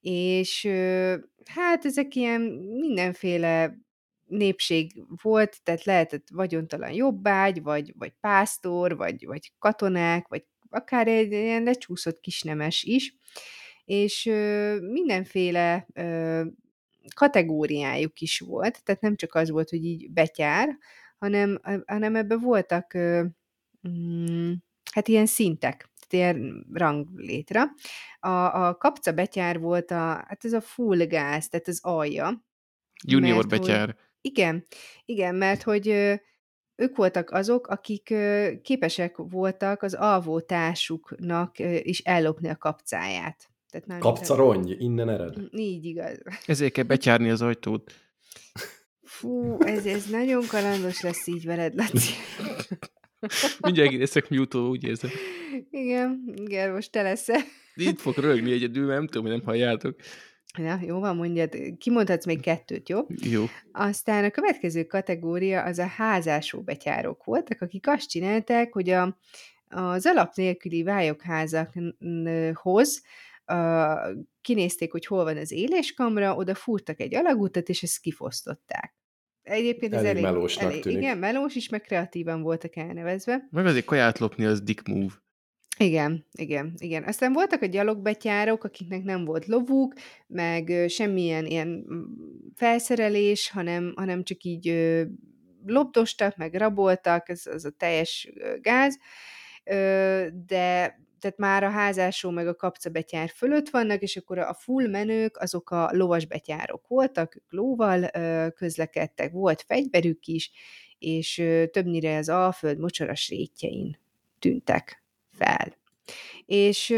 és hát ezek ilyen mindenféle népség volt, tehát lehetett vagyontalan jobbágy, vagy pásztor, vagy katonák, vagy akár egy ilyen lecsúszott kisnemes is, és mindenféle kategóriájuk is volt, tehát nem csak az volt, hogy így betyár, hanem ebben voltak mm, hát ilyen szintek, tehát ilyen ranglétre. A kapca betyár volt hát ez a full gáz, tehát az alja, Junior mert hogy betyár. igen, igen, mert hogy ők voltak azok, akik képesek voltak az alvó társuknak is ellopni a kapcáját. Tehát mármint Kapca rongy, innen ered. így igaz. Ezért kell betyárni az ajtót. Fú, ez nagyon kalandos lesz így veled, Laci. Mindjárt leszek mute úgy érzem. Igen, most te leszel. Itt fog rögni egyedül, mert nem tudom, hogy nem halljátok. Na, jó van, mondjad, kimondhatsz még 2, jó? Jó. Aztán a következő kategória az a házásó betyárok voltak, akik azt csinálták, hogy az alap nélküli vályokházakhoz kinézték, hogy hol van az éléskamra, oda fúrtak egy alagutat, és ezt kifosztották. Egyébként ez Elég melósnak elég tűnik. igen, melós is, meg kreatívan voltak elnevezve. Meg azért kaját lopni, az dick move. Igen. Aztán voltak a gyalogbetyárok, akiknek nem volt lovuk, meg semmilyen ilyen felszerelés, hanem csak így lopdostak, meg raboltak, ez az a teljes gáz, de tehát már a házásó meg a kapcabetyár fölött vannak, és akkor a full menők azok a lovasbetyárok voltak, ők lóval közlekedtek, volt fegyverük is, és többnyire az Alföld mocsaras rétjein tűntek fel. És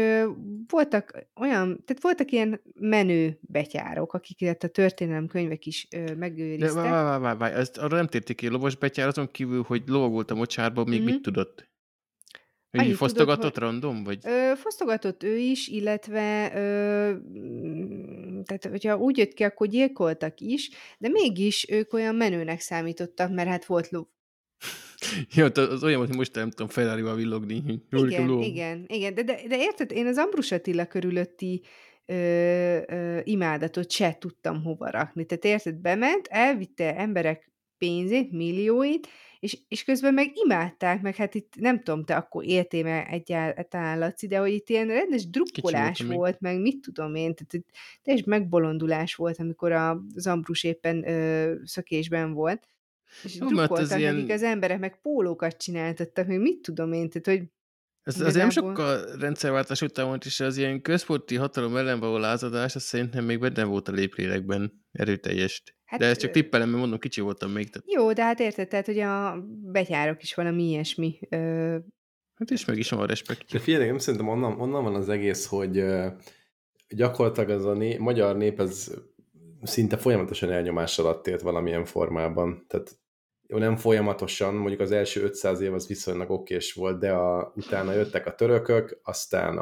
voltak ilyen menő betyárok, akiket a történelemkönyvek is De megőriztek. várj, ezt arra nem térték ki, lovas betyár azon kívül, hogy lovagolt a mocsárban, még mit tudott? Hogy így Annyit tudott, fosztogatott random, vagy? Fosztogatott ő is, illetve tehát hogyha úgy jött ki, akkor gyilkoltak is, de mégis ők olyan menőnek számítottak, mert hát volt ló. Ja, az olyan, hogy most nem tudom Ferrari-val villogni. Igen, de érted, én az Ambrus Attila körülötti imádatot se tudtam hova rakni. Tehát érted, bement, elvitte emberek pénzét, millióit, és közben meg imádták, meg hát itt nem tudom, te akkor éltél meg egyáltalán, Laci, de hogy itt ilyen rendes drukkolás Kicsi voltam még. volt, meg mit tudom én, tehát itt teljes megbolondulás volt, amikor az Ambrus éppen szökésben volt, és Jó, mert ez drukkoltak nekik ilyen, az emberek, meg pólókat csináltattak, meg mit tudom én, tehát hogy ez azért nem igazából... sokkal rendszerváltás után volt, és az ilyen központi hatalom ellen való lázadás, azt szerintem még benne volt a léplélekben erőteljes. De Hát ezt csak tippelem, mert mondom, kicsi voltam még. Tehát, jó, de hát érted, tehát, hogy a betyárok is valami ilyesmi. hát és meg is van a De respektjük. figyelj, nem szerintem onnan van az egész, hogy gyakorlatilag az a magyar nép ez szinte folyamatosan elnyomás alatt élt valamilyen formában. Tehát jó, nem folyamatosan, mondjuk az első 500 év az viszonylag okés volt, de utána jöttek a törökök, aztán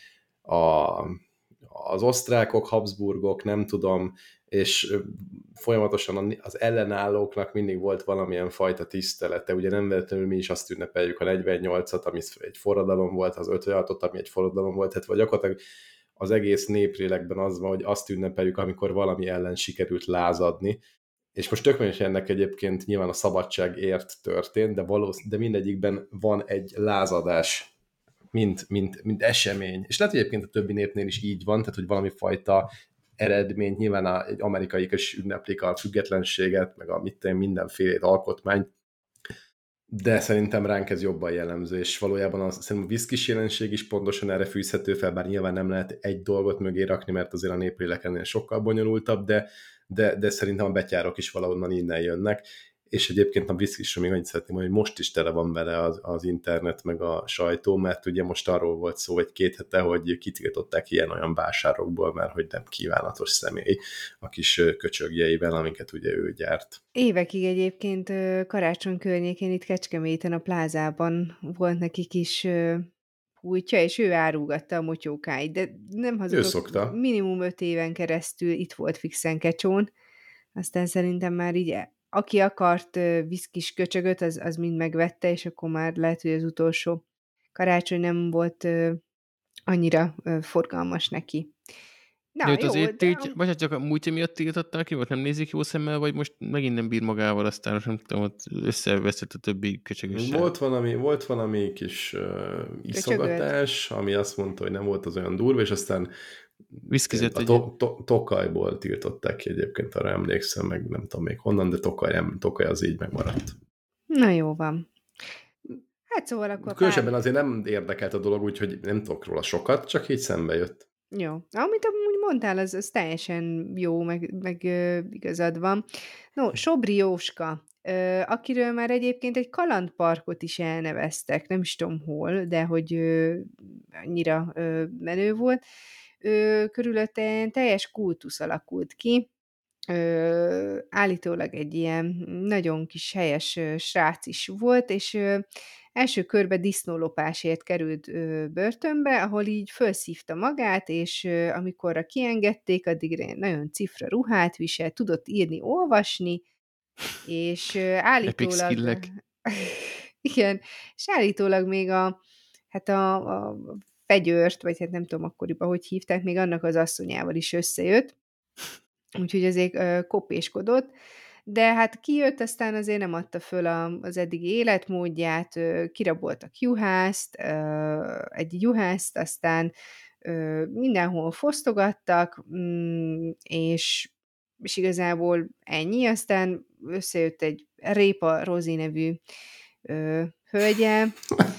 az osztrákok, Habsburgok, nem tudom, és folyamatosan az ellenállóknak mindig volt valamilyen fajta tisztelete. Ugye nem véletlenül mi is azt ünnepeljük a 48-at, ami egy forradalom volt, az 56-ot, ami egy forradalom volt, tehát vagy gyakorlatilag az egész néplélekben az van, hogy azt ünnepeljük, amikor valami ellen sikerült lázadni. És most tök mindegy, ennek egyébként nyilván a szabadságért történt, de mindegyikben van egy lázadás, mint esemény. És lehet, hogy egyébként a többi népnél is így van, tehát hogy valami fajta eredményt, nyilván egy amerikai is ünneplik a függetlenséget, meg mindenféle alkotmányt, de szerintem ránk ez jobban jellemző, és valójában szerintem a viszkis jelenség is pontosan erre fűzhető fel, bár nyilván nem lehet egy dolgot mögé rakni, mert azért a néplélek ennél sokkal bonyolultabb, de szerintem a betyárok is valahonnan innen jönnek, és egyébként a viszkisről még annyit szeretném, hogy most is tele van vele az internet meg a sajtó, mert ugye most arról volt szó egy 2 hete, hogy kitiltották ilyen-olyan vásárokból, mert hogy nem kívánatos személy a kis köcsögjeivel, amiket ugye ő gyárt. Évekig egyébként karácsony környékén itt Kecskeméten a plázában volt nekik is pultja, és ő árulgatta a motyókáit, de nem Ő hazudok, szokta. minimum 5 éven keresztül itt volt fixen Kecsón, aztán szerintem már így, aki akart viszkis köcsögöt, az mind megvette, és akkor már lehet, hogy az utolsó karácsony nem volt annyira forgalmas neki. Na, Őt jó, azért de vagy hát csak a múltja miatt tiltották ki, vagy nem nézik jó szemmel, vagy most megint nem bír magával, aztán nem tudom, ott összeveszett a többi köcsögössel. Volt valami kis köcsögölt. iszogatás, ami azt mondta, hogy nem volt az olyan durva, és aztán Viszkizett a egyet. Tokajból tiltották ki egyébként, arra emlékszem, meg nem tudom még honnan, de Tokaj az így megmaradt. Na jó van. Hát szóval akkor Különösebben azért nem érdekelt a dolog, úgyhogy nem tudok róla sokat, csak így szembe jött. Jó. Amit amúgy mondtál, az teljesen jó, meg igazad van. No, Sobri Jóska, akiről már egyébként egy kalandparkot is elneveztek, nem is tudom hol, de hogy annyira menő volt. Körülötte ilyen teljes kultusz alakult ki. Állítólag egy ilyen nagyon kis helyes srác is volt, és első körbe disznólopásért került börtönbe, ahol így felszívta magát, és amikorra kiengedték, addigra nagyon cifra ruhát viselt, tudott írni, olvasni, és Epic állítólag skillek. igen, és állítólag még hát a fegyőrt, vagy hát nem tudom akkoriban, hogy hívták, még annak az asszonyával is összejött, úgyhogy azért kopéskodott, de hát kijött, aztán azért nem adta föl az eddigi életmódját, kiraboltak egy juhászt, aztán mindenhol fosztogattak, és igazából ennyi, aztán összejött egy Répa Rozi nevű hölgyel.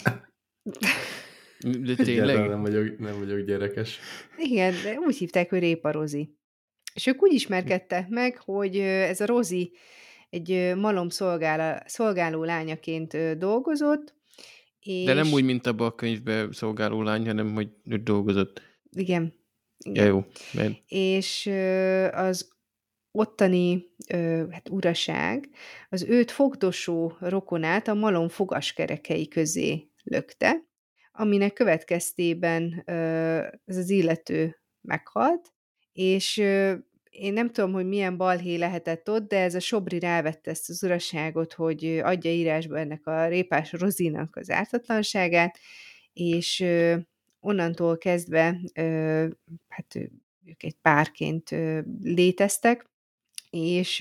De Egyáltalán tényleg? nem vagyok gyerekes. Igen, de úgy hívták, hogy Répa Rozi. És ők úgy ismerkedtek meg, hogy ez a Rozi egy malom szolgáló lányaként dolgozott, De nem úgy, és mint abban a könyvben szolgáló lány, hanem hogy ő dolgozott. igen, Ja, igen. jó. Mert És az ottani hát uraság az őt fogdosó rokonát a malom fogaskerekei közé lökte, aminek következtében ez az illető meghalt, és én nem tudom, hogy milyen balhé lehetett ott, de ez a Sobri rávette ezt az uraságot, hogy adja írásba ennek a Répás Rozinak az ártatlanságát, és onnantól kezdve hát ők egy párként léteztek, és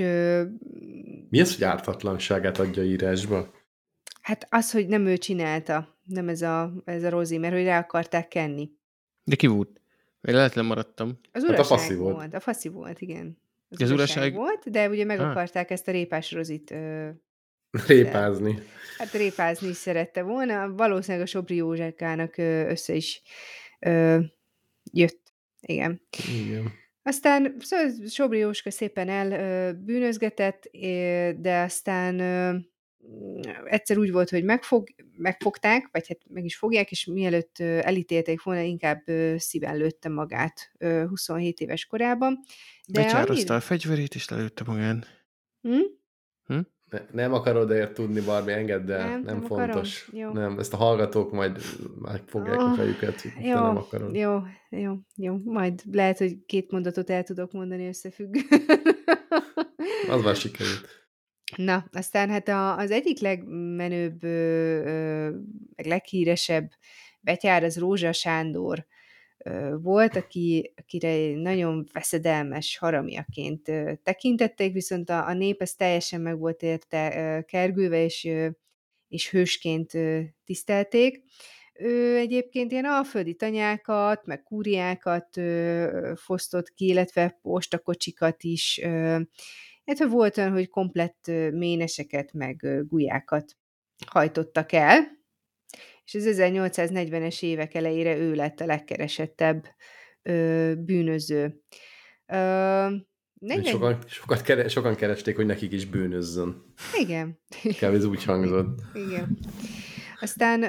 Mi az, hogy ártatlanságát adja írásba? hát az, hogy nem ő csinálta, nem ez a Rozi, mert hogy rá akarták kenni. de ki volt? Én lehet lemaradtam. Az Hát a faszi uraság volt. volt, a faszi volt, igen. Az De az uraság uraság... volt, de ugye meg Ah, akarták ezt a Répás Rozit Répázni. hát répázni is szerette volna. Valószínűleg a Sobri Józsekának össze is ö, jött. Igen. Igen. Aztán szóval Sobri Jóska szépen elbűnözgetett, de aztán egyszer úgy volt, hogy megfogták, vagy hát meg is fogják, és mielőtt elítélték volna, inkább szíven lőtte magát 27 éves korában. De becsározta a fegyverét, és lelőtte magán. Hm? Hm? Nem akarod ért tudni, Barbie, engedd el, nem akarom? fontos. Jó. Nem, ezt a hallgatók majd megfogják a fejüket, te Jó, nem akarod. jó. Majd lehet, hogy 2 mondatot el tudok mondani összefüggően. Az már sikerült. Na, aztán hát az egyik legmenőbb, meg leghíresebb betyár az Rózsa Sándor volt, akire nagyon veszedelmes haramiaként tekintették, viszont a nép ezt teljesen meg volt érte kergülve, és hősként tisztelték. Ő egyébként ilyen alföldi tanyákat, meg kúriákat fosztott ki, illetve postakocsikat is, illetve volt olyan, hogy komplett méneseket, meg gulyákat hajtottak el, és az 1840-es évek elejére ő lett a legkeresettebb bűnöző. Ö, 40... Sokan keresték, hogy nekik is bűnözzön. Igen. Kb. Ez úgy hangzott. Igen. Aztán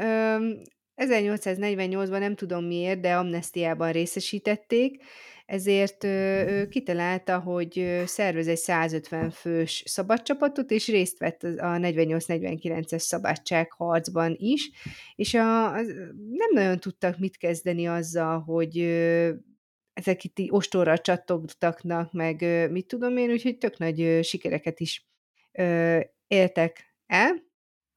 1848-ban nem tudom miért, de amnesztiában részesítették, ezért ő kitalálta, hogy szervez egy 150 fős szabadcsapatot, és részt vett a 48-49-es szabadságharcban is, és nem nagyon tudtak mit kezdeni azzal, hogy ezek itt így ostorral csattogtaknak, meg mit tudom én, úgyhogy tök nagy sikereket is éltek el.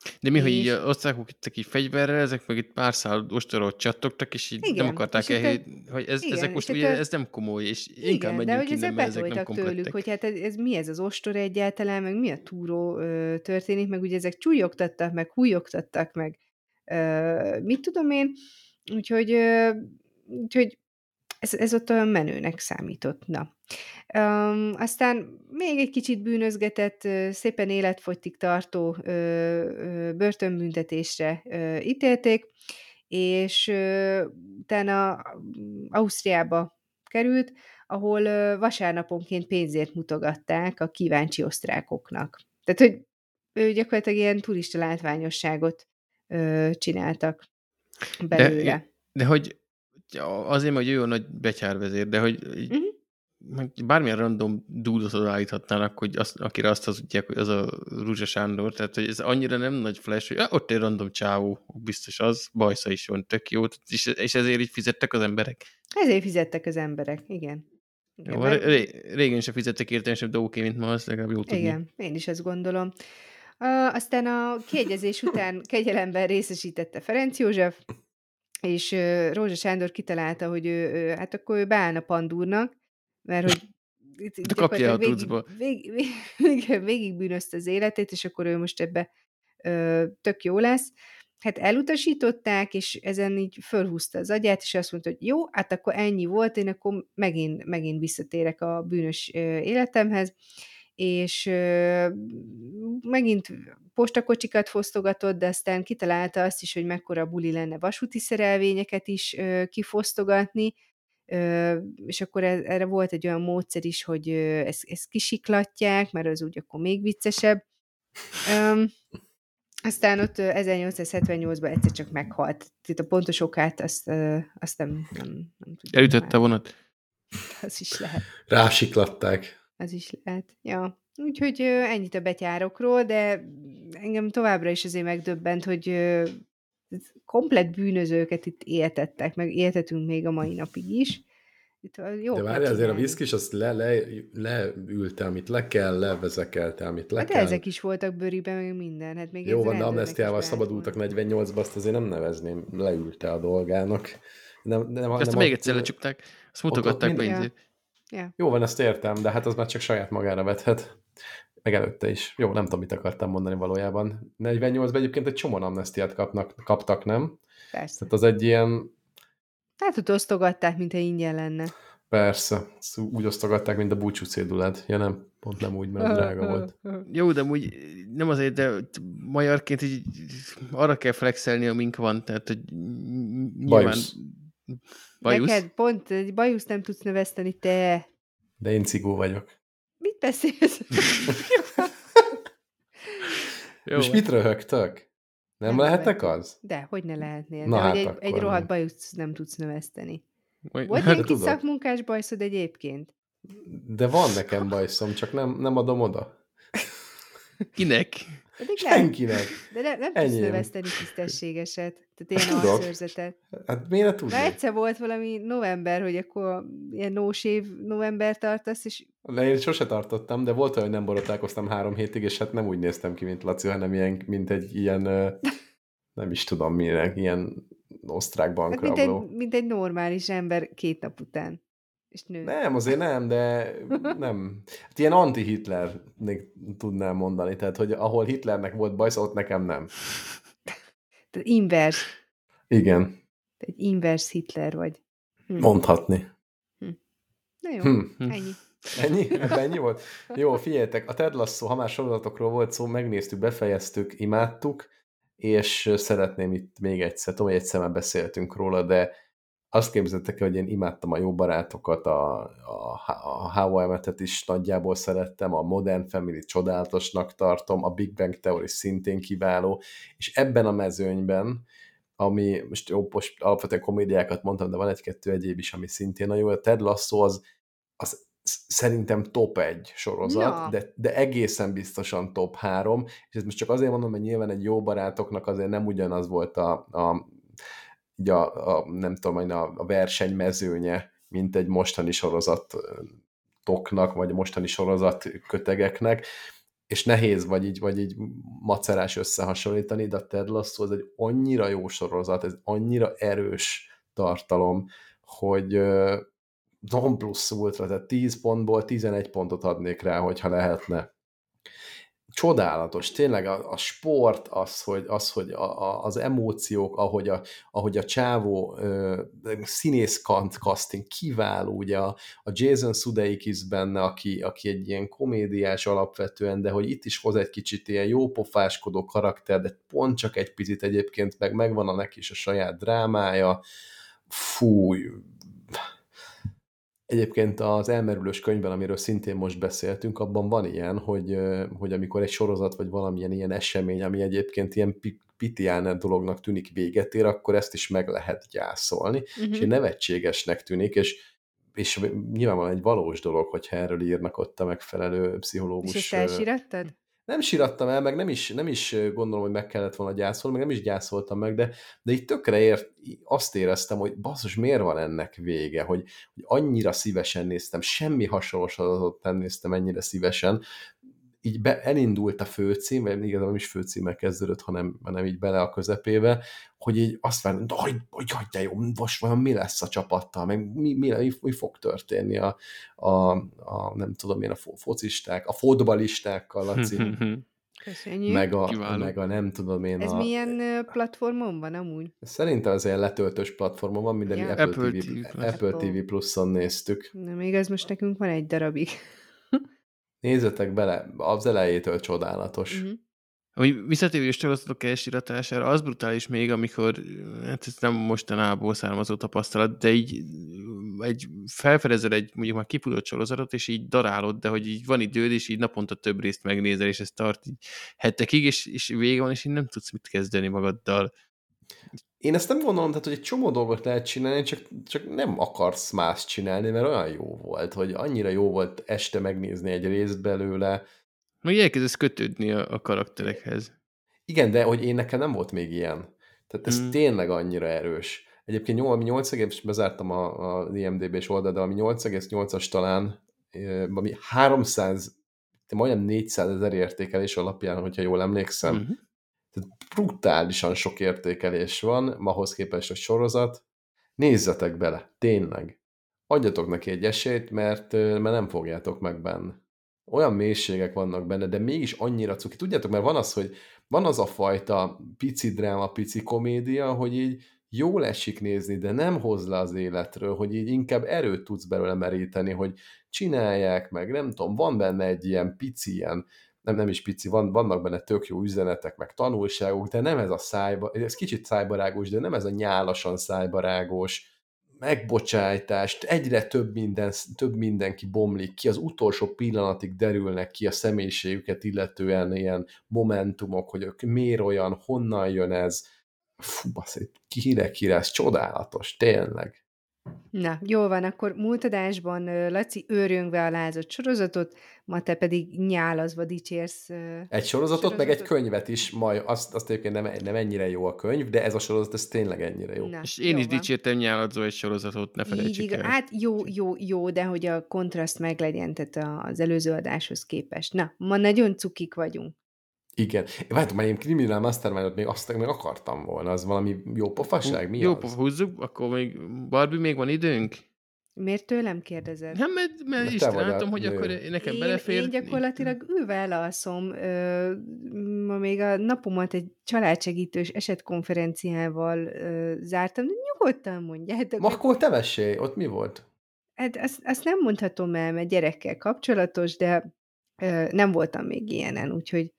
De mi, hogy így És osztrákok ittek így fegyverrel, ezek meg itt pár szál ostorot csattogtak, és így nem igen, akarták és akkor hogy ezek igen, és most ugye akkor ez nem komoly, és inkább igen, de menjünk hogy ezzel innen, mert ezek nem betoltak tőlük, hogy komplettek. hát ez mi ez az ostor egyáltalán, meg mi a túró történik, meg ugye ezek csúlyogtattak, meg húlyogtattak, meg mit tudom én, úgyhogy, úgyhogy ez ott olyan menőnek számított. Na. Aztán még egy kicsit bűnözgetett, szépen életfogytig tartó börtönbüntetésre ítélték, és utána Ausztriába került, ahol vasárnaponként pénzért mutogatták a kíváncsi osztrákoknak. Tehát, hogy ő gyakorlatilag ilyen turista látványosságot csináltak De, belőle. de hogy azért, hogy ő a nagy betyárvezér, de hogy így Uh-huh. bármilyen random dúdot odaállíthatnának, hogy akire azt hazudják, hogy az a Ruzsa Sándor, tehát hogy ez annyira nem nagy flash, hogy ott egy random csávó, biztos az, bajsza is van, tök jó, és ezért így fizettek az emberek. Ezért fizettek az emberek, igen. Igen, Jó, mert, régen sem fizettek értelmesebb dolgokért, mint ma, azt legalább jó tudni. igen, én is azt gondolom. Aztán a kiegyezés után kegyelemben részesítette Ferenc József, és Rózsa Sándor kitalálta, hogy hát akkor ő beállna pandúrnak, mert hogy De kapja a tucba. végig bűnözte az életét, és akkor ő most ebbe tök jó lesz. Hát elutasították, és ezen így fölhúzta az agyát, és azt mondta, hogy jó, hát akkor ennyi volt, én akkor megint visszatérek a bűnös életemhez, és megint postakocsikat fosztogatott, de aztán kitalálta azt is, hogy mekkora buli lenne vasúti szerelvényeket is kifosztogatni, és akkor erre volt egy olyan módszer is, hogy ezt kisiklatják, mert az úgy akkor még viccesebb. Aztán ott 1878-ban egyszer csak meghalt. Tehát a pontos okát azt nem tudjuk. Elütötte a vonat. Az is lehet. Rásiklatták. Az is lehet. Ja. Úgyhogy ennyit a betyárokról, de engem továbbra is azért megdöbbent, hogy komplett bűnözőket itt éltettek, meg éltetünk még a mai napig is. Itt De várj, azért a viszkis azt leülte, amit le kell, levezekelte, amit le hát kell. ezek is voltak bőriben, meg minden. Hát még jó van, de amnesztiával szabadultak 48-ba, azt azért nem nevezném, leülte a dolgának. Azt még egyszer lecsukták, azt mutogatták pénzért. Ja. Jó van, ezt értem, de hát az már csak saját magára vethet. Meg előtte is. Jó, nem tudom, mit akartam mondani valójában. 48-ban egyébként egy csomó amnesztiát kaptak, nem? Persze. Tehát az egy ilyen... Hát ott osztogatták, mintha ingyen lenne. Persze. Úgy osztogatták, mint a búcsú cédulát. Ja nem, pont nem úgy, mert drága volt. Jó, de úgy nem azért, de magyarként így arra kell flexelni, amink van. Tehát, hogy nyilván... Bajusz? Neked pont egy bajuszt nem tudsz növeszteni, te. De én cigó vagyok. Mit beszélsz? És mit röhögtök? Nem lehetek az? De, hogy ne lehetnél. Na, de hát hogy egy rohadt bajuszt nem tudsz növeszteni. Volt egy kis szakmunkás bajszod egyébként? De van nekem bajszom, csak nem adom oda. Kinek? Senkinek. De nem tudsz növeszteni tisztességeset. Tehát ilyen alszőrzetet. Hát miért ne tudnék? Na egyszer volt valami november, hogy akkor ilyen no-shave november tartasz, és... Én sose tartottam, de volt olyan, hogy nem borotálkoztam 3 hétig, és hát nem úgy néztem ki, mint Laci, hanem ilyen, mint egy ilyen, nem is tudom minek, ilyen osztrák bankrabló. Hát mint egy normális ember 2 nap után. És nő. Nem, azért nem, de nem. Hát ilyen anti-Hitlernek tudnám mondani, tehát, hogy ahol Hitlernek volt bajsz, ott nekem nem. Tehát invers. Igen. Egy invers Hitler vagy. Mondhatni. Na jó, ennyi. Ennyi? Ennyi volt? Jó, figyeljetek, a Ted Lasso, ha már sorozatokról volt szó, megnéztük, befejeztük, imádtuk, és szeretném itt még egyszer, tudom, hogy egyszer már beszéltünk róla, de azt képzeltek el, hogy én imádtam a Jó barátokat, a How I Met-et is nagyjából szerettem, a Modern Family csodálatosnak tartom, a Big Bang Theory szintén kiváló, és ebben a mezőnyben, ami most alapvetően komédiákat mondtam, de van egy-kettő egyéb is, ami szintén nagyon jó, a Ted Lasso az szerintem top 1 sorozat, de egészen biztosan top 3, és ezt most csak azért mondom, mert nyilván egy Jó barátoknak azért nem ugyanaz volt nem tudom, a versenymezőnye, mint egy mostani sorozatoknak, vagy mostani sorozat kötegeknek, és nehéz vagy így macerás összehasonlítani, de a Ted Lasso az egy annyira jó sorozat, ez annyira erős tartalom, hogy non plus ultra, tehát 10 pontból 11 pontot adnék rá, hogyha lehetne. Csodálatos, tényleg a sport, hogy az emóciók, ahogy a csávó színész casting kiváló, ugye a Jason Sudeikis benne, aki egy ilyen komédiás alapvetően, de hogy itt is hoz egy kicsit ilyen jópofáskodó karakter, de pont csak egy picit egyébként megvan a neki is a saját drámája. Fúj, egyébként az Elmerülős könyvben, amiről szintén most beszéltünk, abban van ilyen, hogy amikor egy sorozat vagy valamilyen ilyen esemény, ami egyébként ilyen pitián dolognak tűnik, véget ér, akkor ezt is meg lehet gyászolni, és nevetségesnek tűnik, és nyilvánvalóan egy valós dolog, hogyha erről írnak ott a megfelelő pszichológus. És ezt elsírattad? Nem sírattam el, meg nem is gondolom, hogy meg kellett volna gyászolni, meg nem is gyászoltam meg, de így tökre azt éreztem, hogy basszus, miért van ennek vége, hogy annyira szívesen néztem, semmi hasonló sorozatot nem néztem ennyire szívesen, így elindult a főcím, vagy igazából nem is főcímmel kezdődött, hanem így bele a közepébe, hogy így azt vártam, hogy de jó, most vajon mi lesz a csapattal, meg mi fog történni nem tudom én, a focisták, a fotbalistákkal, Laci. Köszönjük. Meg a nem tudom én. Ez milyen platformon van amúgy? Szerintem ez ilyen letöltős platformon van, minden Apple TV Plus-on néztük. Na, még ez most nekünk van egy darabig. Nézzetek bele, az elejétől csodálatos. Hogy visszatérő sorozatok elsíratására, az brutális még, amikor, hát ez nem mostanából származó tapasztalat, de így felfedezel egy mondjuk már kipudott sorozatot, és így darálod, de hogy így van időd, és így naponta több részt megnézel, és ez tart így hetekig, és vége van, és így nem tudsz mit kezdeni magaddal. Én ezt nem gondolom, tehát, hogy egy csomó dolgot lehet csinálni, csak nem akarsz más csinálni, mert olyan jó volt, hogy annyira jó volt este megnézni egy részt belőle. Meg elkezdesz kötődni a karakterekhez. Igen, de hogy nekem nem volt még ilyen. Tehát ez tényleg annyira erős. Egyébként ami 8, bezártam a IMDb-s oldalt, de ami 8,8-as talán, ami 300, majdnem 400 000 értékelés alapján, hogyha jól emlékszem. Tehát brutálisan sok értékelés van, ahhoz képest a sorozat. Nézzetek bele, tényleg. Adjatok neki egy esélyt, mert nem fogjátok megbánni. Olyan mélységek vannak benne, de mégis annyira cuki. Tudjátok, mert van az, hogy van az a fajta pici dráma, pici komédia, hogy így jól esik nézni, de nem hoz le az életről, hogy így inkább erőt tudsz belőle meríteni, hogy csinálják meg, nem tudom, van benne egy ilyen pici, ilyen, nem is pici, vannak benne tök jó üzenetek, meg tanulságok, de nem ez a ez kicsit szájbarágos, de nem ez a nyálasan szájbarágos, megbocsájtást, egyre több mindenki bomlik ki, az utolsó pillanatig derülnek ki a személyiségüket illetően ilyen momentumok, hogy ők miért olyan, honnan jön ez. Fú, kire, ez csodálatos, tényleg. Na, jól van, akkor múlt adásban Laci őrjöngve alázott sorozatot, ma te pedig nyálazva dicsérsz egy sorozatot, meg egy könyvet is, majd azt egyébként nem ennyire jó a könyv, de ez a sorozat, ez tényleg ennyire jó. Na, és én is dicsértem nyáladzó egy sorozatot, ne felejtsük el. Hát jó, de hogy a kontraszt meglegyen, tehát az előző adáshoz képest. Na, ma nagyon cukik vagyunk. Igen. Várjátok, már én Criminal Mastermind-ot még azt meg akartam volna, az valami jó pofaság? Mi jó az? pofa, húzzuk, akkor még Barbie, még van időnk? Miért tőlem kérdezed? Nem, mert is látom, hogy akkor nekem belefér. Én gyakorlatilag ülve elalszom. Ma még a napomat egy családsegítős esetkonferenciával zártam, de nyugodtan mondjátok. Ma akkor te mesélj, ott mi volt? Hát azt nem mondhatom el, mert gyerekkel kapcsolatos, de nem voltam még ilyenen, úgyhogy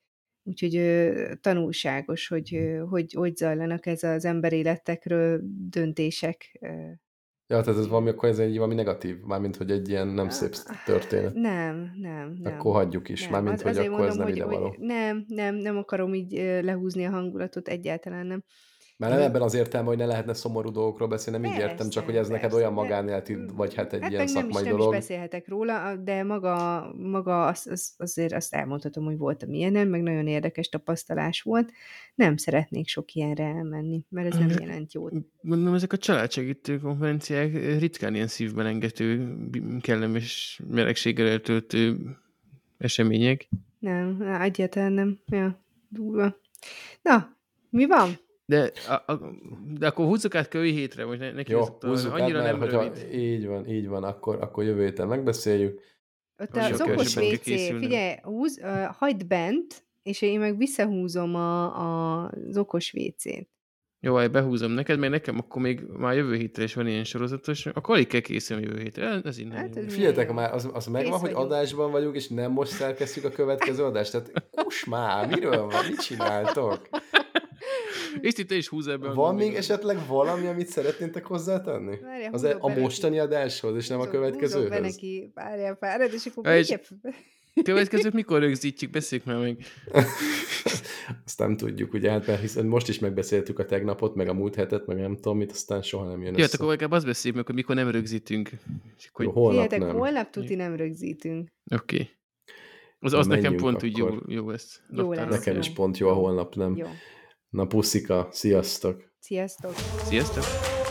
tanulságos, hogy zajlanak ez az emberéletekről döntések. Ja, tehát ez valami negatív, mármint, hogy egy ilyen nem szép történet. Nem. Akkor hagyjuk is, mármint, hogy akkor ez nem idevaló. Nem akarom így lehúzni a hangulatot, egyáltalán nem. Már nem ebben az értelme, hogy ne lehetne szomorú dolgokról beszélni, nem így értem, csak hogy ez neked olyan magánéleted, vagy hát egy ilyen szakmai dolog. Nem is beszélhetek róla, de maga azért azt elmondhatom, hogy voltam ilyenen, meg nagyon érdekes tapasztalás volt. Nem szeretnék sok ilyenre elmenni, mert ez nem jelent jót. Gondolom, ezek a családsegítő konferenciák ritkán ilyen szívben engető, kellemes melegséggel eltöltő események. Nem, egyáltalán nem. Ja, durva. Na, mi van? De akkor húzzuk át kövi hétre, most neki Jó, húzzuk tovább. húzzuk át, Annyira mert nem hogyha rövid. így van, akkor jövő héten megbeszéljük. Ott Annyival az okos kevesebben kell WC, készülnöm. figyelj, hagyd bent, és én meg visszahúzom az okos WC-t. Jó, hát behúzom neked, mert nekem akkor még már jövő hétre is van ilyen sorozatos. Akkor alig kell készülni jövő hétre. Ez innen Hát, jó. ez Figyeljetek, jó. már az megvan, Kész hogy vagyunk. adásban vagyunk, és nem most szerkesztjük a következő adást. Tehát kus már, miről van, mit csináltok? És te is húz ebbe. Van még esetleg valami, amit szeretnétek hozzátenni? Várjál, Az húzok a be mostani neki. adáshoz, és nem a Húzok be következőhöz? neki, várjál párad, és akkor És- mindjárt... Következőt mikor rögzítjük? Beszéljük már meg. Azt nem tudjuk, ugye, hát mert hiszen most is megbeszéltük a tegnapot, meg a múlt hetet, meg nem tudom mit, aztán soha nem jön Jó, össze. akkor inkább azt beszéljük meg, hogy mikor nem rögzítünk. És akkor... Jó, holnap Figyeljetek, nem. holnap tuti nem rögzítünk. Oké. Na, Az nekem menjünk pont úgy akkor. jó lesz. Jó Naptárra. lesz. Nekem is pont jó, a holnap nem. Jó. Na puszika, sziasztok! Sziasztok! Sziasztok!